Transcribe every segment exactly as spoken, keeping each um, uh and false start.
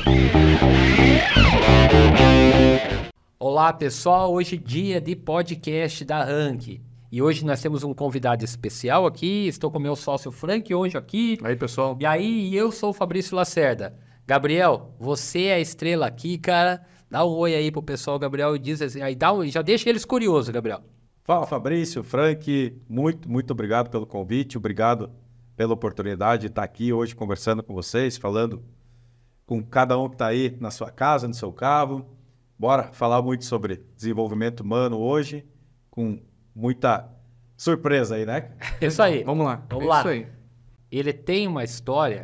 Olá pessoal, hoje é dia de podcast da Rank. E hoje nós temos um convidado especial aqui, estou com meu sócio Frank hoje aqui. Aí pessoal. E aí, eu sou o Fabrício Lacerda. Gabriel, você é a estrela aqui, cara. Dá um oi aí pro pessoal, Gabriel, e diz assim, aí dá um, já deixa eles curiosos, Gabriel. Fala Fabrício, Frank, muito, muito obrigado pelo convite, obrigado pela oportunidade de estar aqui hoje conversando com vocês, falando com cada um que está aí na sua casa, no seu carro. Bora falar muito sobre desenvolvimento humano hoje, com muita surpresa aí, né? Isso aí. Vamos lá. Vamos é lá. Isso aí. Ele tem uma história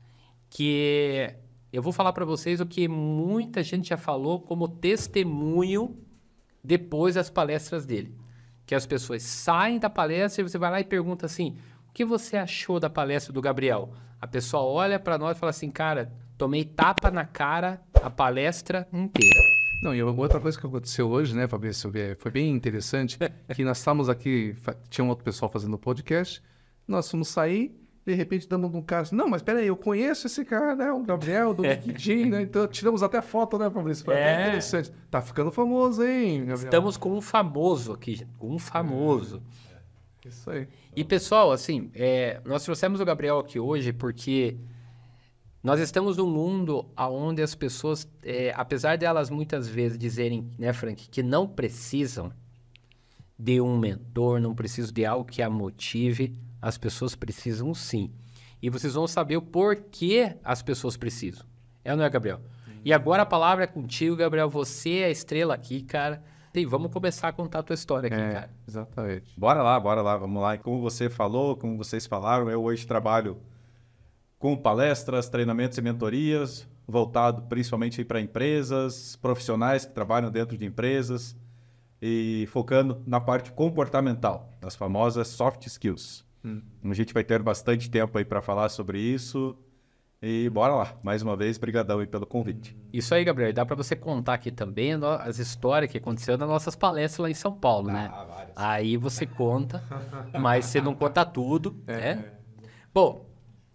que eu vou falar para vocês o que muita gente já falou como testemunho depois das palestras dele. Que as pessoas saem da palestra e você vai lá e pergunta assim, o que você achou da palestra do Gabriel? A pessoa olha para nós e fala assim, cara, tomei tapa na cara a palestra inteira. Não, e outra coisa que aconteceu hoje, né, Fabrício, foi bem interessante, que nós estávamos aqui, tinha um outro pessoal fazendo podcast, nós fomos sair, de repente damos um cara assim, não, mas peraí, eu conheço esse cara, né, o Gabriel, do LinkedIn, né, então tiramos até foto, né, Fabrício, foi É. até interessante. Tá ficando famoso, hein, Gabriel? Estamos com um famoso aqui, gente, com um famoso. Isso aí. E pessoal, assim, é, nós trouxemos o Gabriel aqui hoje porque nós estamos num mundo onde as pessoas, é, apesar de elas muitas vezes dizerem, né, Frank, que não precisam de um mentor, não precisam de algo que a motive, as pessoas precisam sim. E vocês vão saber o porquê as pessoas precisam. É ou não é, Gabriel? Sim. E agora a palavra é contigo, Gabriel. Você é a estrela aqui, cara. E vamos começar a contar a tua história aqui, É, cara. exatamente. Bora lá, bora lá, vamos lá. E como você falou, como vocês falaram, eu hoje trabalho com palestras, treinamentos e mentorias, voltado principalmente para empresas, profissionais que trabalham dentro de empresas e focando na parte comportamental, das famosas soft skills. Hum. A gente vai ter bastante tempo aí para falar sobre isso e bora lá. Mais uma vez, brigadão aí pelo convite. Isso aí, Gabriel. E dá para você contar aqui também as histórias que aconteceram nas nossas palestras lá em São Paulo, ah, né? Várias. Aí você conta, mas você não conta tudo, é. né? Bom...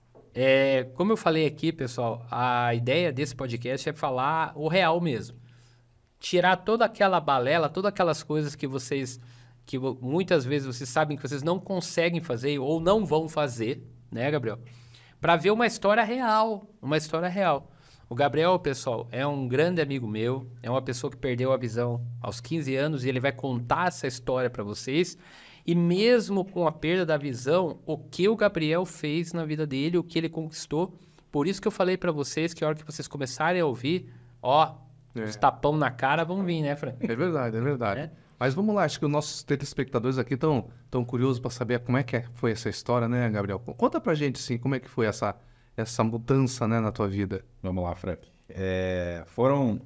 É, como eu falei aqui, pessoal, a ideia desse podcast é falar o real mesmo. Tirar toda aquela balela, todas aquelas coisas que vocês, que muitas vezes vocês sabem que vocês não conseguem fazer ou não vão fazer, né, Gabriel? Para ver uma história real, uma história real. O Gabriel, pessoal, é um grande amigo meu, é uma pessoa que perdeu a visão aos quinze anos e ele vai contar essa história para vocês. E mesmo com a perda da visão, o que o Gabriel fez na vida dele, o que ele conquistou. Por isso que eu falei para vocês que a hora que vocês começarem a ouvir, ó, é. os tapão na cara vão vir, né, Frank? É verdade, é verdade. É? Mas vamos lá, acho que os nossos telespectadores aqui estão tão curiosos para saber como é que foi essa história, né, Gabriel? Conta pra gente, assim, como é que foi essa, essa mudança, né, na tua vida. Vamos lá, Frank. É, foram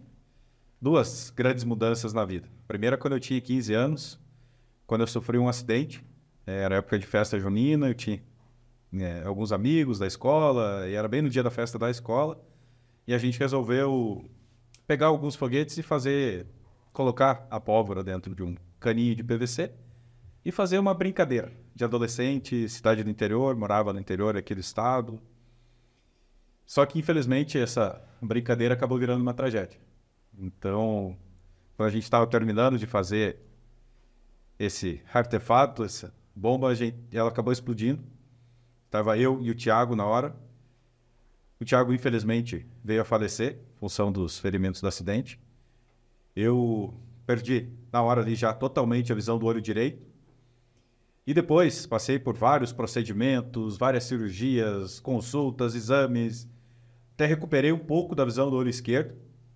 duas grandes mudanças na vida. A primeira, quando eu tinha quinze anos, quando eu sofri um acidente, era época de festa junina, eu tinha é, alguns amigos da escola, e era bem no dia da festa da escola, e a gente resolveu pegar alguns foguetes e fazer, colocar a pólvora dentro de um caninho de P V C e fazer uma brincadeira de adolescente, cidade do interior, morava no interior aqui do estado. Só que, infelizmente, essa brincadeira acabou virando uma tragédia. Então, quando a gente estava terminando de fazer esse artefato, essa bomba, a gente, ela acabou explodindo. Estava eu e o Thiago na hora. O Thiago, infelizmente, veio a falecer, em função dos ferimentos do acidente. Eu perdi, na hora ali, já totalmente a visão do olho direito. E depois, passei por vários procedimentos, várias cirurgias, consultas, exames. Até recuperei um pouco da visão do olho esquerdo.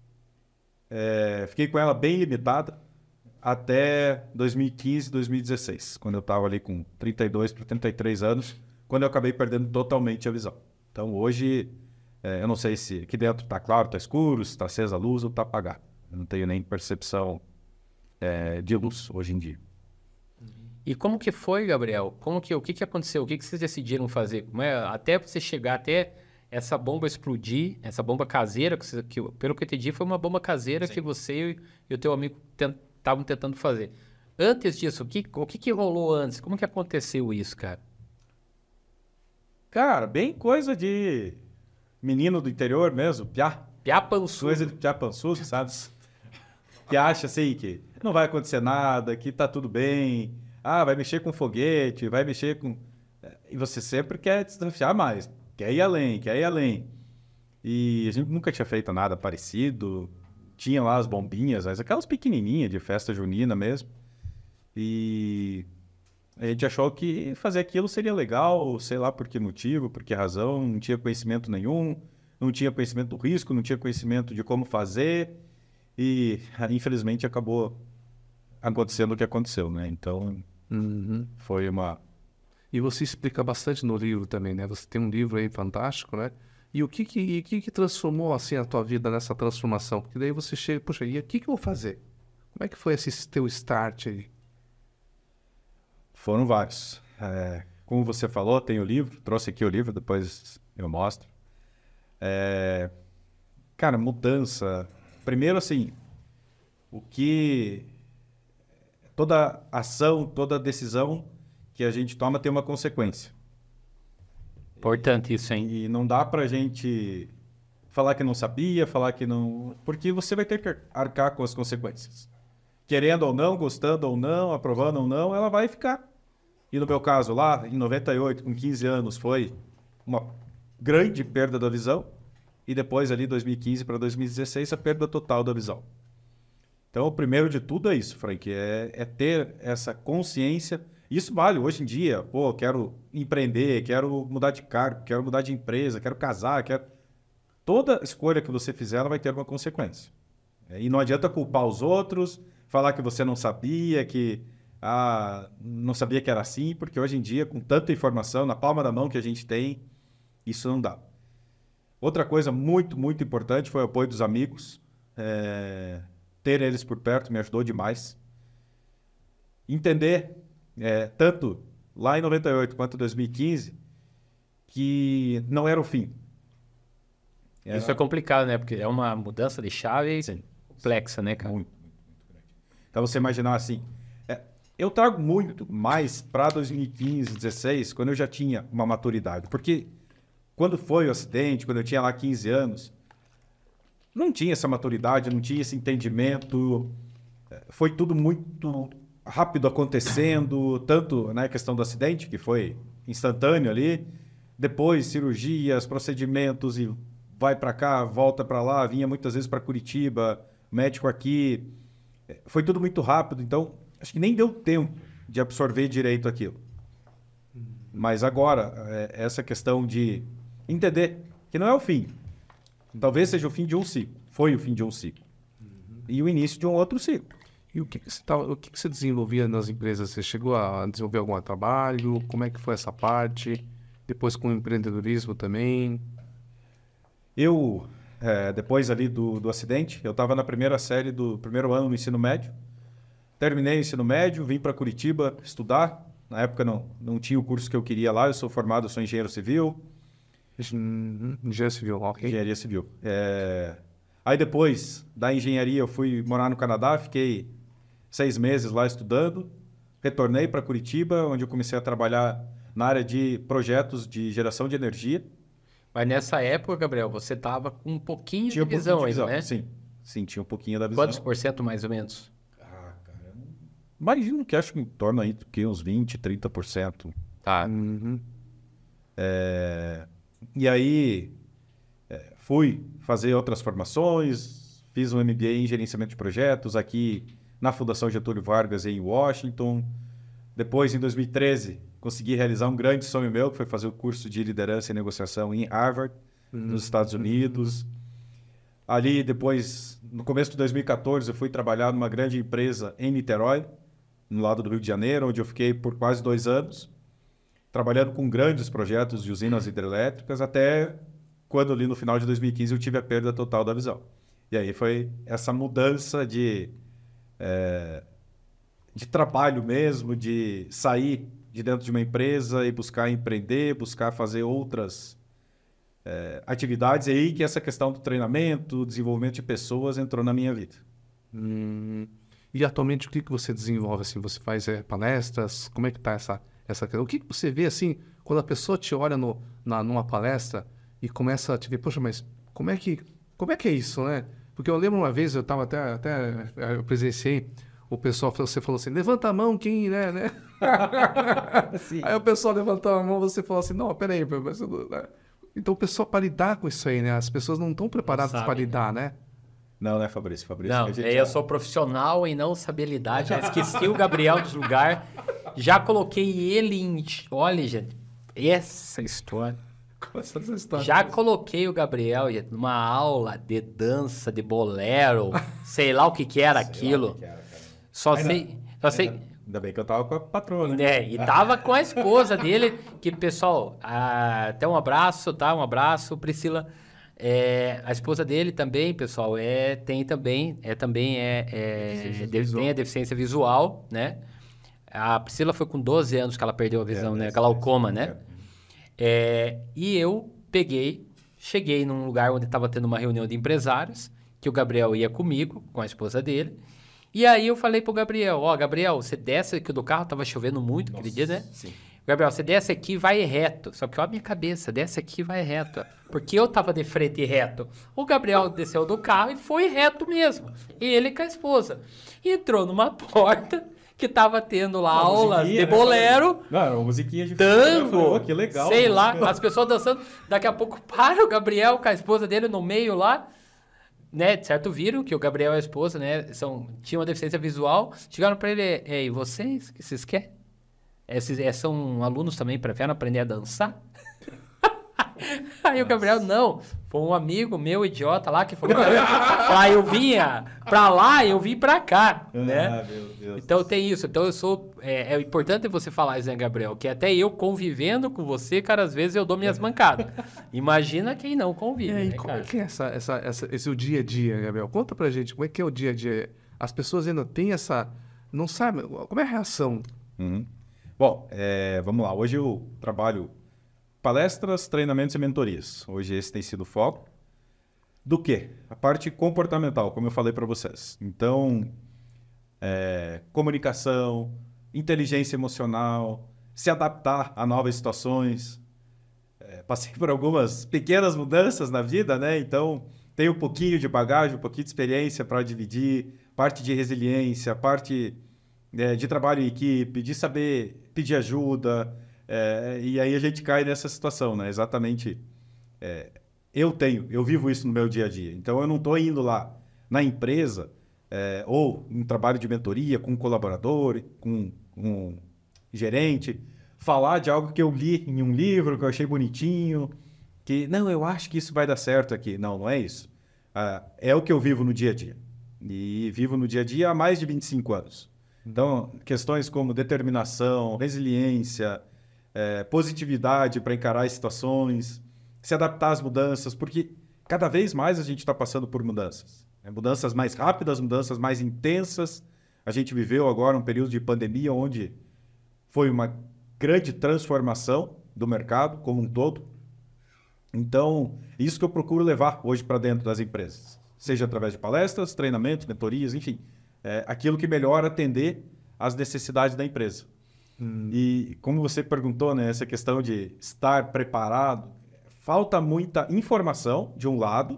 É, fiquei com ela bem limitada. Até dois mil e quinze, dois mil e dezesseis, quando eu estava ali com trinta e dois para trinta e três anos, quando eu acabei perdendo totalmente a visão. Então hoje, é, eu não sei se aqui dentro está claro, está escuro, se está acesa a luz ou está apagado. Eu não tenho nem percepção é, de luz hoje em dia. E como que foi, Gabriel? Como que, o que, que aconteceu? O que, que vocês decidiram fazer? Como é, até você chegar até essa bomba explodir, essa bomba caseira, que, você, que pelo que eu entendi, foi uma bomba caseira. Sim. Que você e o teu amigo estavam tentando fazer. Antes disso, o que, o que, que rolou antes? Como que aconteceu isso, cara? Cara, bem coisa de menino do interior mesmo, piá. Piapançudo. Coisa de piapançudo, sabe? Que acha assim que não vai acontecer nada, que tá tudo bem. Ah, vai mexer com foguete, vai mexer com... E você sempre quer desafiar mais, quer ir além, quer ir além. E a gente nunca tinha feito nada parecido. Tinha lá as bombinhas, mas aquelas pequenininhas de festa junina mesmo. E a gente achou que fazer aquilo seria legal, sei lá por que motivo, por que razão, não tinha conhecimento nenhum, não tinha conhecimento do risco, não tinha conhecimento de como fazer. E infelizmente acabou acontecendo o que aconteceu, né? Então, Uhum. foi uma... E você explica bastante no livro também, né? Você tem um livro aí fantástico, né? E o que que, e o que, que transformou, assim, a tua vida nessa transformação? Porque daí você chega, poxa, e o que que eu vou fazer? Como é que foi esse teu start aí? Foram vários. É, como você falou, tem o livro, trouxe aqui o livro, depois eu mostro. É, cara, mudança. Primeiro, assim, o que... Toda ação, toda decisão que a gente toma tem uma consequência. Importante isso, hein? E não dá pra gente falar que não sabia, falar que não... Porque você vai ter que arcar com as consequências. Querendo ou não, gostando ou não, aprovando ou não, ela vai ficar. E no meu caso lá, em noventa e oito, com quinze anos, foi uma grande perda da visão. E depois ali, dois mil e quinze para dois mil e dezesseis, a perda total da visão. Então, o primeiro de tudo é isso, Frank, é, é ter essa consciência. Isso vale hoje em dia. Pô, quero empreender, quero mudar de cargo, quero mudar de empresa, quero casar, quero... Toda escolha que você fizer, ela vai ter uma consequência. É, e não adianta culpar os outros, falar que você não sabia, que ah, não sabia que era assim, porque hoje em dia, com tanta informação na palma da mão que a gente tem, isso não dá. Outra coisa muito, muito importante foi o apoio dos amigos. É... Ter eles por perto me ajudou demais. Entender, é, tanto lá em noventa e oito quanto em dois mil e quinze, que não era o fim. Era... Isso é complicado, né? Porque é uma mudança de chave Sim. complexa, né, cara? Muito, muito, muito grande. Então, você imaginar assim... É, eu trago muito mais para dois mil e quinze, dezesseis, quando eu já tinha uma maturidade. Porque quando foi o acidente, quando eu tinha lá quinze anos... Não tinha essa maturidade, não tinha esse entendimento, foi tudo muito rápido acontecendo, tanto na questão do acidente, que foi instantâneo ali, depois cirurgias, procedimentos, e vai para cá, volta para lá, vinha muitas vezes para Curitiba, médico aqui, foi tudo muito rápido, então acho que nem deu tempo de absorver direito aquilo. Mas agora, essa questão de entender que não é o fim. Talvez seja o fim de um ciclo. Foi o fim de um ciclo. Uhum. E o início de um outro ciclo. E o que, que, você, tá, o que, que você desenvolvia nas empresas? Você chegou a desenvolver algum trabalho? Como é que foi essa parte? Depois com o empreendedorismo também? Eu, é, depois ali do, do acidente, eu estava na primeira série do primeiro ano do ensino médio. Terminei o ensino médio, vim para Curitiba estudar. Na época não, não tinha o curso que eu queria lá. Eu sou formado, eu sou engenheiro civil. Engenharia civil, ok. Engenharia civil. É... Aí depois da engenharia eu fui morar no Canadá, fiquei seis meses lá estudando, retornei para Curitiba, onde eu comecei a trabalhar na área de projetos de geração de energia. Mas nessa época, Gabriel, você estava com um pouquinho tinha de visão, um visão ainda, né? Sim, sim, tinha um pouquinho da visão. Quantos por cento mais ou menos? Ah, cara, imagino que acho que em torno aí que uns vinte, trinta por cento. Tá. Uhum. É... E aí, é, fui fazer outras formações, fiz um M B A em gerenciamento de projetos aqui na Fundação Getúlio Vargas em Washington. Depois, em dois mil e treze, consegui realizar um grande sonho meu, que foi fazer o curso de liderança e negociação em Harvard, uhum. nos Estados Unidos. Ali, depois, no começo de dois mil e quatorze, eu fui trabalhar numa grande empresa em Niterói, no lado do Rio de Janeiro, onde eu fiquei por quase dois anos. Trabalhando com grandes projetos de usinas hidrelétricas, até quando ali no final de dois mil e quinze eu tive a perda total da visão. E aí foi essa mudança de, é, de trabalho mesmo, de sair de dentro de uma empresa e buscar empreender, buscar fazer outras é, atividades. E aí que essa questão do treinamento, desenvolvimento de pessoas entrou na minha vida. Hum. E atualmente o que, que você desenvolve? Assim, você faz é, palestras? Como é que está essa... Essa, o que você vê assim, quando a pessoa te olha no, na, numa palestra e começa a te ver, poxa, mas como é que como é que é isso, né? Porque eu lembro uma vez, eu estava até, até, eu presenciei, o pessoal, você falou assim, levanta a mão quem, né? né? Aí o pessoal levantou a mão, você falou assim, não, peraí, mas... Então o pessoal, para lidar com isso aí, né? As pessoas não estão preparadas para lidar, né? Não, né, Fabrício? Fabrício não, eu já... sou profissional em não saber lidar, já esqueci o Gabriel do lugar, já coloquei ele em... Olha, gente, essa história... Essa história já coloquei o Gabriel gente, numa aula de dança, de bolero, sei lá o que que era sei aquilo. Que que era, só ainda, sei... Só sei... Ainda, ainda bem que eu tava com a patroa, né? É, e tava com a esposa dele, que, pessoal, ah, até um abraço, tá? Um abraço, Priscila... É, a esposa dele também, pessoal, é, tem também, é, também é, é de, tem a deficiência visual, né? A Priscila foi com doze anos que ela perdeu a visão, é, né? Glaucoma, né? É, e eu peguei, cheguei num lugar onde estava tendo uma reunião de empresários, que o Gabriel ia comigo, com a esposa dele. E aí eu falei pro Gabriel, ó, oh, Gabriel, você desce aqui do carro, tava chovendo muito Nossa, aquele dia, né? Sim. Gabriel, você desce aqui e vai reto. Só que olha a minha cabeça, desce aqui e vai reto. Porque eu tava de frente e reto. O Gabriel desceu do carro e foi reto mesmo. Ele com a esposa. E entrou numa porta que tava tendo lá uma aulas de bolero. Não, era uma musiquinha de tango. Que legal. Sei lá, as pessoas dançando. Daqui a pouco para o Gabriel com a esposa dele no meio lá. Né, certo, viram que o Gabriel e a esposa, né, são, tinham uma deficiência visual. Chegaram pra ele, ei, vocês, o que vocês querem? Esses é, são alunos também, preferem aprender a dançar? Aí o Gabriel, não, foi um amigo meu, idiota lá, que falou pra eu vinha pra lá e eu vim pra cá, né? Ah, meu Deus. Então tem isso, então eu sou, é, é importante você falar isso, né, Gabriel? Que até eu convivendo com você, cara, às vezes eu dou minhas mancadas. Imagina quem não convive, é, né, como cara? é que é essa, essa, essa, esse o dia a dia, Gabriel? Conta pra gente, como é que é o dia a dia? As pessoas ainda têm essa, não sabem, como é a reação? Uhum. Bom, é, vamos lá. Hoje eu trabalho palestras, treinamentos e mentorias. Hoje esse tem sido o foco. Do quê? A parte comportamental, como eu falei para vocês. Então, é, comunicação, inteligência emocional, se adaptar a novas situações. É, passei por algumas pequenas mudanças na vida, né? Então, tenho um pouquinho de bagagem, um pouquinho de experiência para dividir, parte de resiliência, parte... É, de trabalho em equipe, de saber pedir ajuda, é, e aí a gente cai nessa situação, né? Exatamente, é, eu tenho, eu vivo isso no meu dia a dia, então eu não estou indo lá na empresa, é, ou em trabalho de mentoria, com um colaborador, com um gerente, falar de algo que eu li em um livro, que eu achei bonitinho, que, não, eu acho que isso vai dar certo aqui. Não, não é isso. Ah, é o que eu vivo no dia a dia, e vivo no dia a dia há mais de vinte e cinco anos. Então, questões como determinação, resiliência, é, positividade para encarar as situações, se adaptar às mudanças, porque cada vez mais a gente está passando por mudanças. Né? Mudanças mais rápidas, mudanças mais intensas. A gente viveu agora um período de pandemia onde foi uma grande transformação do mercado como um todo. Então, isso que eu procuro levar hoje para dentro das empresas, seja através de palestras, treinamentos, mentorias, enfim. É aquilo que melhora atender às necessidades da empresa. Hum. E como você perguntou, né, essa questão de estar preparado, falta muita informação, de um lado,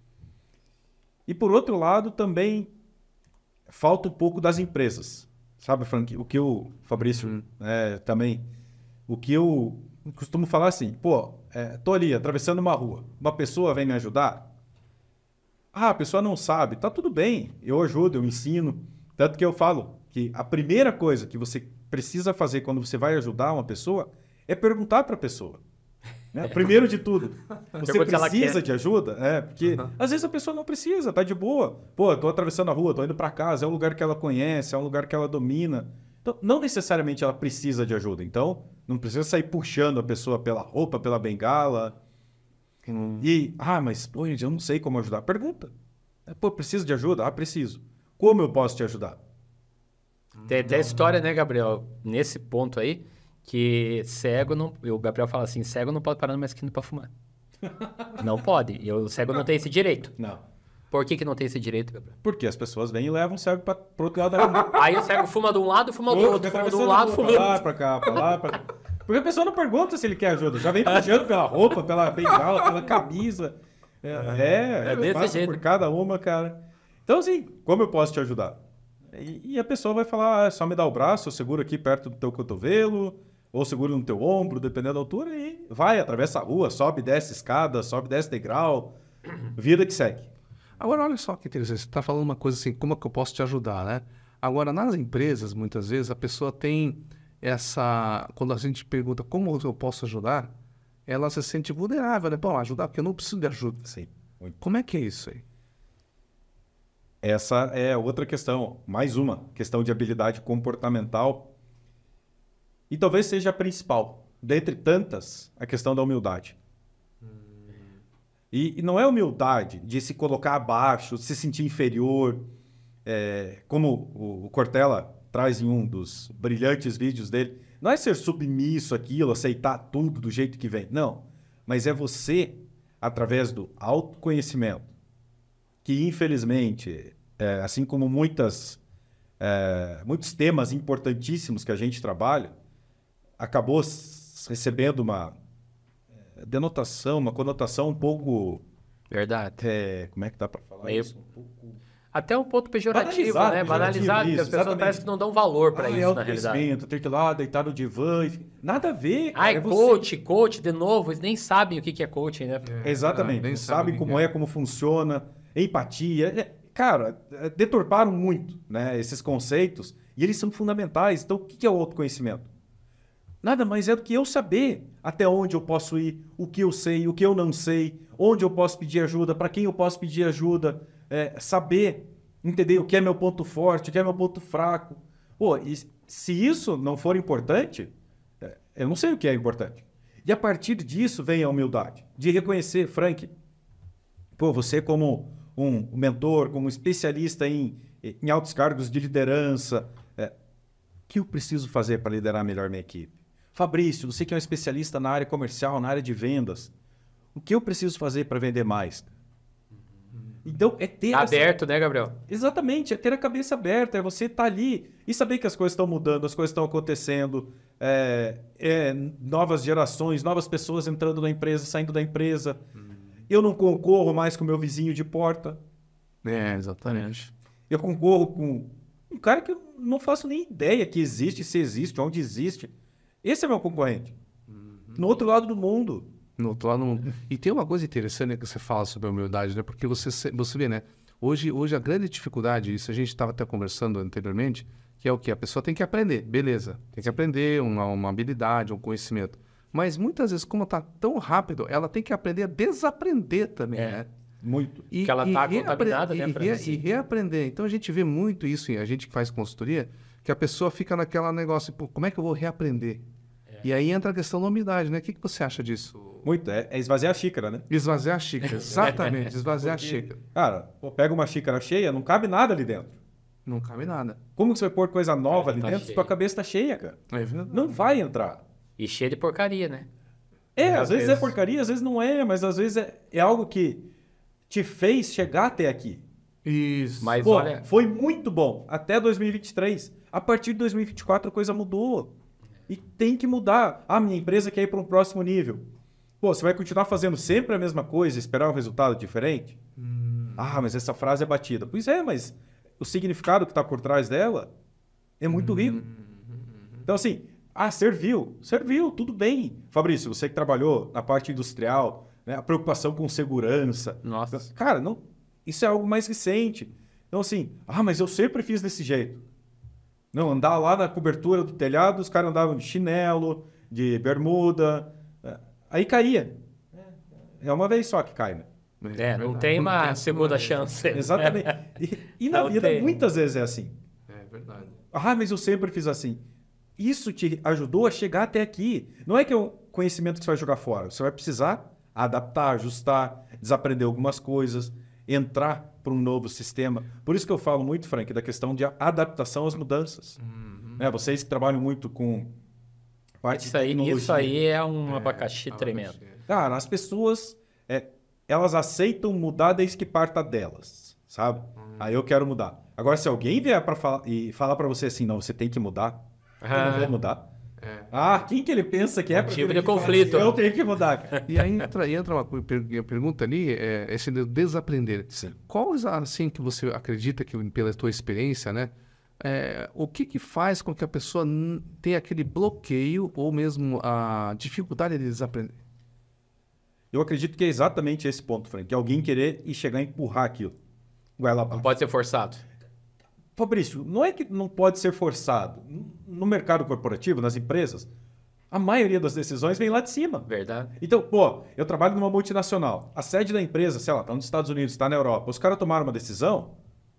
e por outro lado também falta um pouco das empresas. Sabe, Frank, o que o Fabrício hum. é, também, o que eu costumo falar assim, pô, é, tô ali atravessando uma rua, uma pessoa vem me ajudar? Ah, a pessoa não sabe. Tá tudo bem, eu ajudo, eu ensino. Tanto que eu falo que a primeira coisa que você precisa fazer quando você vai ajudar uma pessoa é perguntar para a pessoa. Né? Primeiro de tudo, você precisa de ajuda? É, porque uhum. às vezes a pessoa não precisa, tá de boa. Pô, eu tô atravessando a rua, tô indo para casa, é um lugar que ela conhece, é um lugar que ela domina. Então, não necessariamente ela precisa de ajuda. Então, não precisa sair puxando a pessoa pela roupa, pela bengala. Hum. E, ah, mas, pô, eu não sei como ajudar. Pergunta. Pô, preciso de ajuda? Ah, preciso. Como eu posso te ajudar? Tem até história, né, Gabriel? Nesse ponto aí, que cego não... O Gabriel fala assim, cego não pode parar numa esquina pra fumar. Não pode. E o cego não tem esse direito. Não. Por que que não tem esse direito, Gabriel? Porque as pessoas vêm e levam o cego para pro outro lado da rua. Aí o cego fuma de um lado, fuma do outro. Fuma de um lado, fuma do outro. Pra lá, pra cá, pra lá, pra cá. Porque a pessoa não pergunta se ele quer ajuda. Já vem puxando pela roupa, pela bengala, pela camisa. É, é, é desse passa jeito. por cada uma, cara. Então, assim, como eu posso te ajudar? E, e a pessoa vai falar, ah, só me dá o braço, eu seguro aqui perto do teu cotovelo, ou seguro no teu ombro, dependendo da altura, e vai, atravessa a rua, sobe, desce escada, sobe, desce degrau, vida que segue. Agora, olha só que interessante, você está falando uma coisa assim, como é que eu posso te ajudar, né? Agora, nas empresas, muitas vezes, a pessoa tem essa... Quando a gente pergunta como eu posso ajudar, ela se sente vulnerável, né? Bom, ajudar, porque eu não preciso de ajuda. Sim. Muito. Como é que é isso aí? Essa é outra questão, mais uma, questão de habilidade comportamental. E talvez seja a principal, dentre tantas, a questão da humildade. Hum. E, e não é humildade de se colocar abaixo, se sentir inferior, é, como o, o Cortella traz em um dos brilhantes vídeos dele. Não é ser submisso àquilo, aceitar tudo do jeito que vem. Não. Mas é você, através do autoconhecimento, que infelizmente, é, assim como muitas, é, muitos temas importantíssimos que a gente trabalha, acabou recebendo uma denotação, uma conotação um pouco... Verdade. É, como é que dá para falar Meio... isso? Um pouco... Até um ponto pejorativo, Banalizado, né? pejorativo, Banalizado, porque isso, as pessoas exatamente. parecem que não dão valor para ah, isso, é na realidade. autoconhecimento, ter que ir lá, deitar no divã. E... Nada a ver. Cara, Ai, é você. coach, coach, de novo, eles nem sabem o que que é coaching, né? É, exatamente. nem Não sabe sabem como é, como funciona, empatia. É, cara, é, deturparam muito, né, esses conceitos e eles são fundamentais. Então, o que é o autoconhecimento? Nada mais é do que eu saber até onde eu posso ir, o que eu sei, o que eu não sei, onde eu posso pedir ajuda, para quem eu posso pedir ajuda, é, saber... Entender o que é meu ponto forte, o que é meu ponto fraco. Pô, e se isso não for importante, eu não sei o que é importante. E a partir disso vem a humildade. De reconhecer, Frank, pô, você como um mentor, como especialista em, em altos cargos de liderança, é, o que eu preciso fazer para liderar melhor minha equipe? Fabrício, você que é um especialista na área comercial, na área de vendas, o que eu preciso fazer para vender mais? Então, é ter... Aberto, essa... né, Gabriel? Exatamente, é ter a cabeça aberta, é você estar ali e saber que as coisas estão mudando, as coisas estão acontecendo, é, é, novas gerações, novas pessoas entrando na empresa, saindo da empresa. Hum. Eu não concorro mais com o meu vizinho de porta. É, exatamente. Eu concorro com um cara que eu não faço nem ideia que existe, se existe, onde existe. Esse é meu concorrente. Uhum. No outro lado do mundo. No outro lado do mundo. E tem uma coisa interessante que você fala sobre a humildade, né? Porque você, você vê, né? Hoje, hoje a grande dificuldade, isso a gente estava até conversando anteriormente, que é o quê? A pessoa tem que aprender, beleza. Tem que aprender uma, uma habilidade, um conhecimento. Mas muitas vezes, como está tão rápido, ela tem que aprender a desaprender também, é. né? Muito. E, Porque ela está contaminada, né? E, re, e reaprender. Então a gente vê muito isso, a gente que faz consultoria, que a pessoa fica naquela negócio, pô, como é que eu vou reaprender? É. E aí entra a questão da humildade, né? O que, que você acha disso? Muito, é, é esvaziar a xícara, né? Esvaziar a xícara, exatamente, esvaziar Porque, a xícara. Cara, pô, pega uma xícara cheia, não cabe nada ali dentro. Não cabe nada. Como que você vai pôr coisa nova é, ali tá dentro cheio. se tua cabeça tá cheia, cara? É verdade. Não vai entrar. E cheia de porcaria, né? É, é às vezes, vezes é porcaria, às vezes não é, mas às vezes é, é algo que te fez chegar até aqui. Isso. Mas Pô, olha... foi muito bom até dois mil e vinte e três. A partir de dois mil e vinte e quatro a coisa mudou. E tem que mudar. Ah, minha empresa quer ir para um próximo nível. Pô, você vai continuar fazendo sempre a mesma coisa e esperar um resultado diferente? Hum. Ah, mas essa frase é batida. Pois é, mas o significado que está por trás dela é muito hum. rico. Então, assim, ah, serviu. Serviu, tudo bem. Fabrício, você que trabalhou na parte industrial, né, a preocupação com segurança. Nossa. Cara, não, isso é algo mais recente. Então, assim, ah, mas eu sempre fiz desse jeito. Não, andar lá na cobertura do telhado, os caras andavam de chinelo, de bermuda... Aí caía. É uma vez só que cai, né? É, não tem uma segunda chance. Exatamente. E, e na não vida, tem. muitas vezes é assim. É verdade. Ah, mas eu sempre fiz assim. Isso te ajudou a chegar até aqui. Não é que é um conhecimento que você vai jogar fora. Você vai precisar adaptar, ajustar, desaprender algumas coisas, entrar para um novo sistema. Por isso que eu falo muito, Frank, da questão de adaptação às mudanças. Uhum. É, vocês que trabalham muito com... Isso aí, isso aí é um é, abacaxi é, tremendo. Cara, as pessoas, é, elas aceitam mudar desde que parta delas, sabe? Hum. Aí eu quero mudar. Agora, se alguém vier para falar e falar para você assim, não, você tem que mudar, ah. eu não vou mudar. É. Ah, quem que ele pensa que é? Motivo de conflito. Eu tenho que mudar, cara. E aí entra, entra uma pergunta ali, é, esse desaprender. Sim. Qual, assim, que você acredita que, pela tua experiência, né? É, o que que faz com que a pessoa tenha aquele bloqueio ou mesmo a dificuldade de desaprender? Eu acredito que é exatamente esse ponto, Frank. Que é alguém querer e chegar a empurrar aquilo. Vai lá, não pode ser forçado. Fabrício, não é que não pode ser forçado. No mercado corporativo, nas empresas, a maioria das decisões vem lá de cima. Verdade. Então, pô, eu trabalho numa multinacional. A sede da empresa, sei lá, está nos Estados Unidos, está na Europa. Os caras tomaram uma decisão,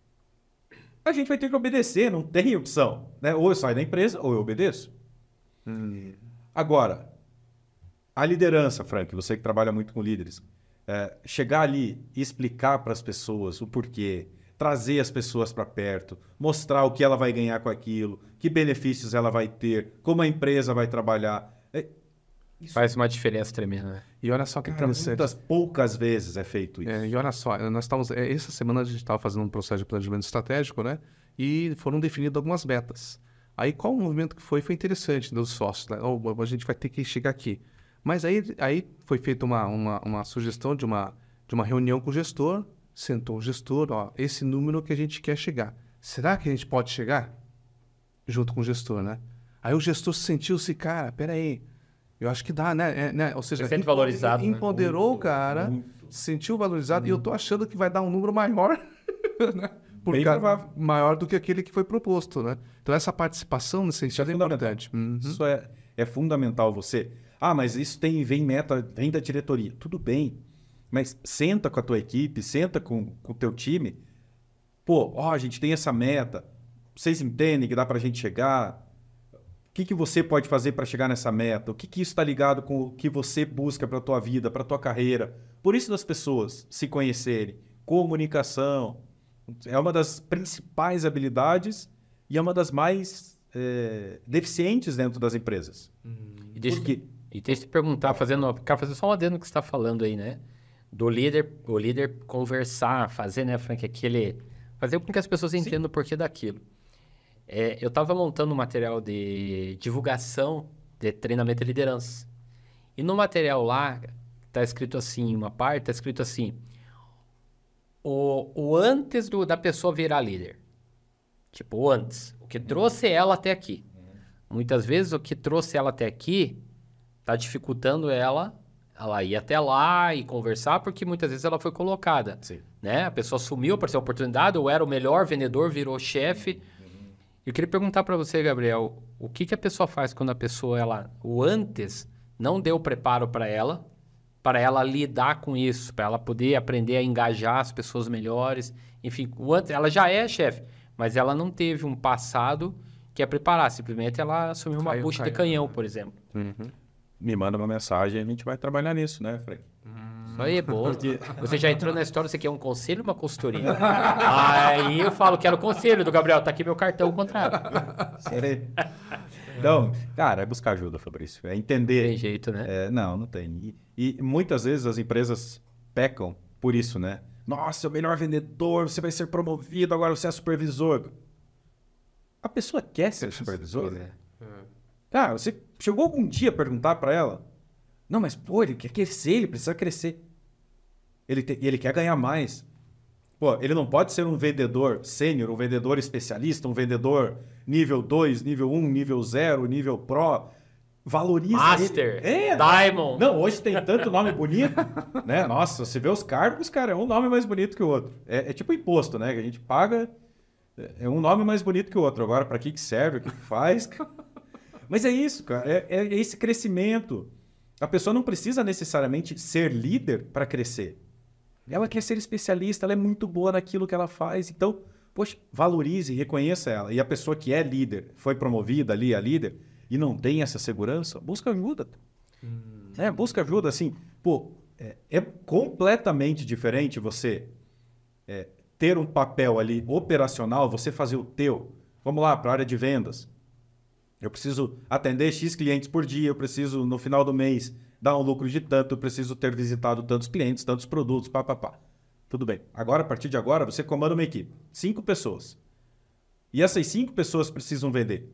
a gente vai ter que obedecer, não tem opção. Né? Ou eu saio da empresa, ou eu obedeço. Hum. Agora, a liderança, Frank, você que trabalha muito com líderes, é, chegar ali e explicar para as pessoas o porquê, trazer as pessoas para perto, mostrar o que ela vai ganhar com aquilo, que benefícios ela vai ter, como a empresa vai trabalhar. É, isso faz uma diferença tremenda, né? E olha só que Cara, muitas poucas vezes é feito isso. É, e olha só, nós estávamos, essa semana a gente estava fazendo um processo de planejamento estratégico, né? E foram definidas algumas metas. Aí qual o movimento que foi? Foi interessante dos sócios, né? Oh, a gente vai ter que chegar aqui. Mas aí, aí foi feita uma, uma, uma sugestão de uma, de uma reunião com o gestor, sentou o gestor, ó, esse número que a gente quer chegar. Será que a gente pode chegar? Junto com o gestor, né? Aí o gestor sentiu-se, cara, peraí, eu acho que dá, né? É, né? Ou seja, sente valorizado, empoderou né? o cara, muito. Se sentiu valorizado, hum. e eu tô achando que vai dar um número maior, né? Por Bem causa, maior do que aquele que foi proposto, né? Então essa participação nesse sentido é, é importante. Uhum. Isso é, é fundamental você. Ah, mas isso tem, vem meta, vem da diretoria. Tudo bem. Mas senta com a tua equipe, senta com, com o teu time. Pô, ó, a gente tem essa meta. Vocês entendem que dá pra gente chegar? O que, que você pode fazer para chegar nessa meta? O que, que isso está ligado com o que você busca para a tua vida, para a tua carreira? Por isso das pessoas se conhecerem. Comunicação é uma das principais habilidades e é uma das mais é, deficientes dentro das empresas. Hum, e deixa Porque... que... E deixa eu te perguntar, fazendo, quero fazer só um adendo no que você está falando aí, né? Do líder, o líder conversar, fazer, né, Frank, aquele... Fazer com que as pessoas entendam Sim. o porquê daquilo. É, eu estava montando um material de divulgação de treinamento de liderança. E no material lá, está escrito assim, uma parte, está escrito assim, o, o antes do, da pessoa virar líder. Tipo, o antes. O que trouxe ela até aqui. Muitas vezes, o que trouxe ela até aqui... Está dificultando ela, ela ir até lá e conversar, porque muitas vezes ela foi colocada. Sim. Né? A pessoa sumiu, apareceu a oportunidade, ou era o melhor vendedor, virou chefe. Uhum. Eu queria perguntar para você, Gabriel, o que, que a pessoa faz quando a pessoa, ela, o antes, não deu preparo para ela, para ela lidar com isso, para ela poder aprender a engajar as pessoas melhores. Enfim, o antes, ela já é chefe, mas ela não teve um passado que é preparar. Simplesmente ela assumiu uma caiu, bucha caiu. de canhão, por exemplo. Uhum. Me manda uma mensagem e a gente vai trabalhar nisso, né, Frank? Hum, isso aí é bom. Você já entrou na história, você quer um conselho ou uma consultoria? Aí eu falo, quero conselho do Gabriel, tá aqui meu cartão, o contrário. Então, cara, é buscar ajuda, Fabrício. É entender. Tem jeito, né? É, não, não tem. E, e muitas vezes as empresas pecam por isso, né? Nossa, é o melhor vendedor, você vai ser promovido, agora você é supervisor. A pessoa quer ser supervisor, né? Cara, você chegou algum dia a perguntar para ela? Não, mas pô, ele quer crescer, ele precisa crescer. Ele, te, ele quer ganhar mais. Pô, ele não pode ser um vendedor sênior, um vendedor especialista, um vendedor nível dois, nível um, nível zero, nível pro. Valoriza Master, ele. É, Diamond. Não, hoje tem tanto nome bonito, né? Nossa, você vê os cargos, cara, é um nome mais bonito que o outro. É, é tipo imposto, né? Que a gente paga, é um nome mais bonito que o outro. Agora, para que que serve, o que que faz... Mas é isso, cara. É, é esse crescimento. A pessoa não precisa necessariamente ser líder para crescer. Ela quer ser especialista, ela é muito boa naquilo que ela faz. Então, poxa, valorize, reconheça ela. E a pessoa que é líder, foi promovida ali a líder, e não tem essa segurança, busca ajuda. Hum. É, busca ajuda, assim. Pô, é, é completamente diferente você é, ter um papel ali operacional, você fazer o teu. Vamos lá, para a área de vendas. Eu preciso atender X clientes por dia, eu preciso, no final do mês, dar um lucro de tanto, eu preciso ter visitado tantos clientes, tantos produtos, pá, pá, pá. Tudo bem. Agora, a partir de agora, você comanda uma equipe. Cinco pessoas. E essas cinco pessoas precisam vender.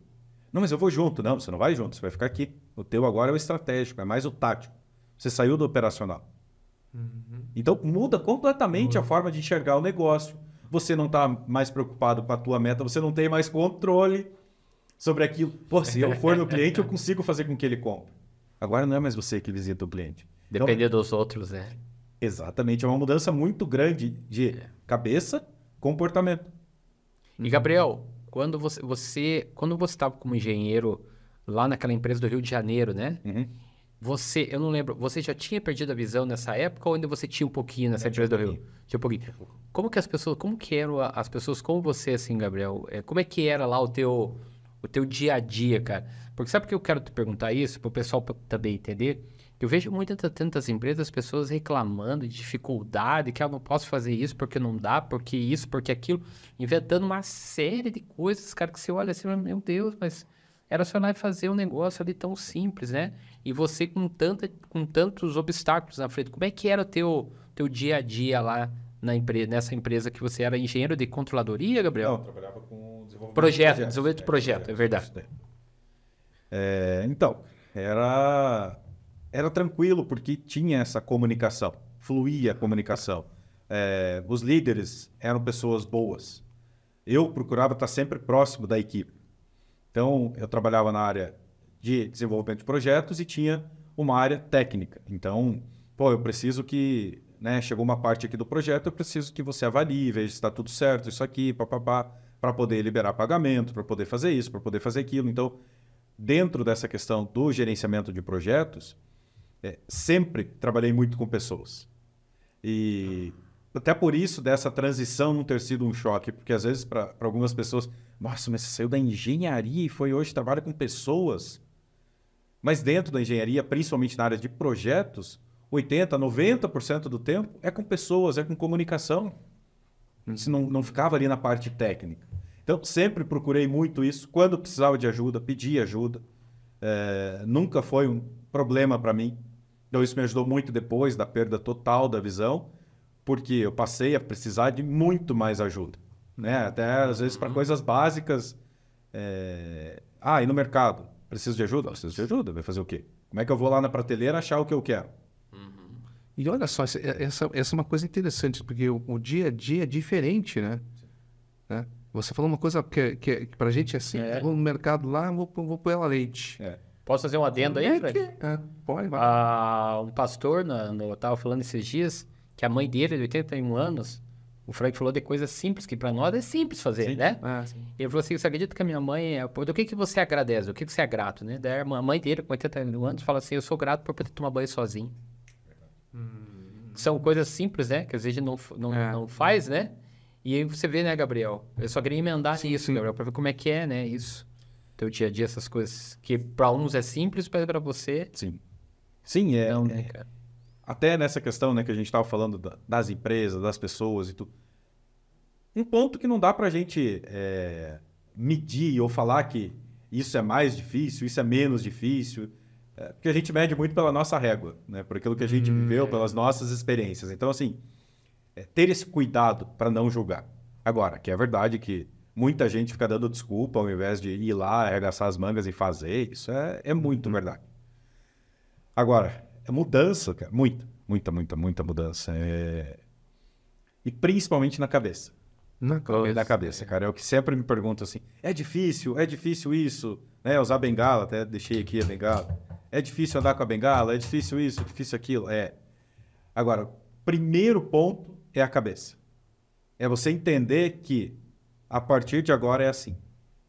Não, mas eu vou junto. Não, você não vai junto, você vai ficar aqui. O teu agora é o estratégico, é mais o tático. Você saiu do operacional. Uhum. Então, muda completamente uhum. a forma de enxergar o negócio. Você não está mais preocupado com a tua meta, você não tem mais controle sobre aquilo. Pô, se eu for no cliente, eu consigo fazer com que ele compre. Agora não é mais você que visita o cliente. Depender então, dos outros, né? Exatamente. É uma mudança muito grande de cabeça, comportamento. E, Gabriel, quando você, você quando você estava como engenheiro lá naquela empresa do Rio de Janeiro, né? Uhum. Você, eu não lembro, você já tinha perdido a visão nessa época ou ainda você tinha um pouquinho nessa empresa do Rio? Tinha um pouquinho. Como que as pessoas, como que eram as pessoas como você, assim, Gabriel? Como é que era lá o teu, o teu dia a dia, cara? Porque sabe por que eu quero te perguntar isso, para o pessoal também entender? Eu vejo muitas tantas empresas, as pessoas reclamando de dificuldade, que eu não posso fazer isso porque não dá, porque isso, porque aquilo, inventando uma série de coisas, cara, que você olha assim, meu Deus, mas era só lá fazer um negócio ali tão simples, né? E você com, tanta, com tantos obstáculos na frente, como é que era o teu, teu dia a dia lá na empresa, nessa empresa que você era engenheiro de controladoria, Gabriel? Não, eu trabalhava com desenvolvimento projeto, de projetos. Desenvolvimento de projeto, é, é verdade. É, então, era, era tranquilo porque tinha essa comunicação, fluía a comunicação. É, os líderes eram pessoas boas. Eu procurava estar sempre próximo da equipe. Então, eu trabalhava na área de desenvolvimento de projetos e tinha uma área técnica. Então, pô, eu preciso que, né, chegou uma parte aqui do projeto, eu preciso que você avalie, veja se está tudo certo, isso aqui, papapá, para poder liberar pagamento, para poder fazer isso, para poder fazer aquilo. Então, dentro dessa questão do gerenciamento de projetos, é, sempre trabalhei muito com pessoas. E até por isso dessa transição não ter sido um choque, porque às vezes para algumas pessoas, nossa, mas você saiu da engenharia e foi hoje trabalha com pessoas. Mas dentro da engenharia, principalmente na área de projetos, oitenta por cento, noventa por cento do tempo é com pessoas, é com comunicação. Você não, não ficava ali na parte técnica. Então, sempre procurei muito isso. Quando precisava de ajuda, pedia ajuda. É, nunca foi um problema para mim. Então, isso me ajudou muito depois da perda total da visão, porque eu passei a precisar de muito mais ajuda. Né? Até, às vezes, para coisas básicas. É... Ah, e no mercado? Preciso de ajuda? Preciso de ajuda. Vai fazer o quê? Como é que eu vou lá na prateleira achar o que eu quero? Uhum. E olha só, essa, essa é uma coisa interessante, porque o, o dia a dia é diferente, né? né? Você falou uma coisa que, que, que pra gente é assim, é. Vou no mercado lá, vou, vou pôr ela leite. É. Posso fazer um adendo aí, é Fred? Que... É, pode, vai. Ah, um pastor, no, no, eu tava falando esses dias, que a mãe dele, de oitenta e um anos, o Frank falou de coisas simples, que para nós é simples fazer, sim. né? Ah, ele falou assim, você acredita que a minha mãe, é... do que que você agradece? Do que que você é grato, né? Daí a mãe dele, com oitenta e um anos, fala assim, eu sou grato por poder tomar banho sozinho. Hum. São coisas simples, né? Que às vezes não, não, é. não faz, né? E aí você vê, né, Gabriel? Eu só queria emendar sim, nisso, sim. Gabriel, para ver como é que é, né? Isso. Teu dia a dia, essas coisas. Que para uns é simples, mas para você... Sim. Sim, é... Não, é... né, cara? Até nessa questão, né, que a gente estava falando da, das empresas, das pessoas e tudo. Um ponto que não dá para a gente é, medir ou falar que isso é mais difícil, isso é menos difícil, é, porque a gente mede muito pela nossa régua, né, por aquilo que a gente hum, viveu, é. pelas nossas experiências. Então, assim, é, ter esse cuidado para não julgar. Agora, que é verdade que muita gente fica dando desculpa ao invés de ir lá, arregaçar as mangas e fazer, isso é, é muito hum. verdade. Agora... É mudança, cara. Muita, muita, muita, muita mudança. É... E principalmente na cabeça. Na cabeça. Na cabeça, cara. É o que sempre me perguntam assim, é difícil, é difícil isso, né? Usar bengala, até deixei aqui a bengala. É difícil andar com a bengala, é difícil isso, é difícil aquilo. É. Agora, primeiro ponto é a cabeça. É você entender que a partir de agora é assim.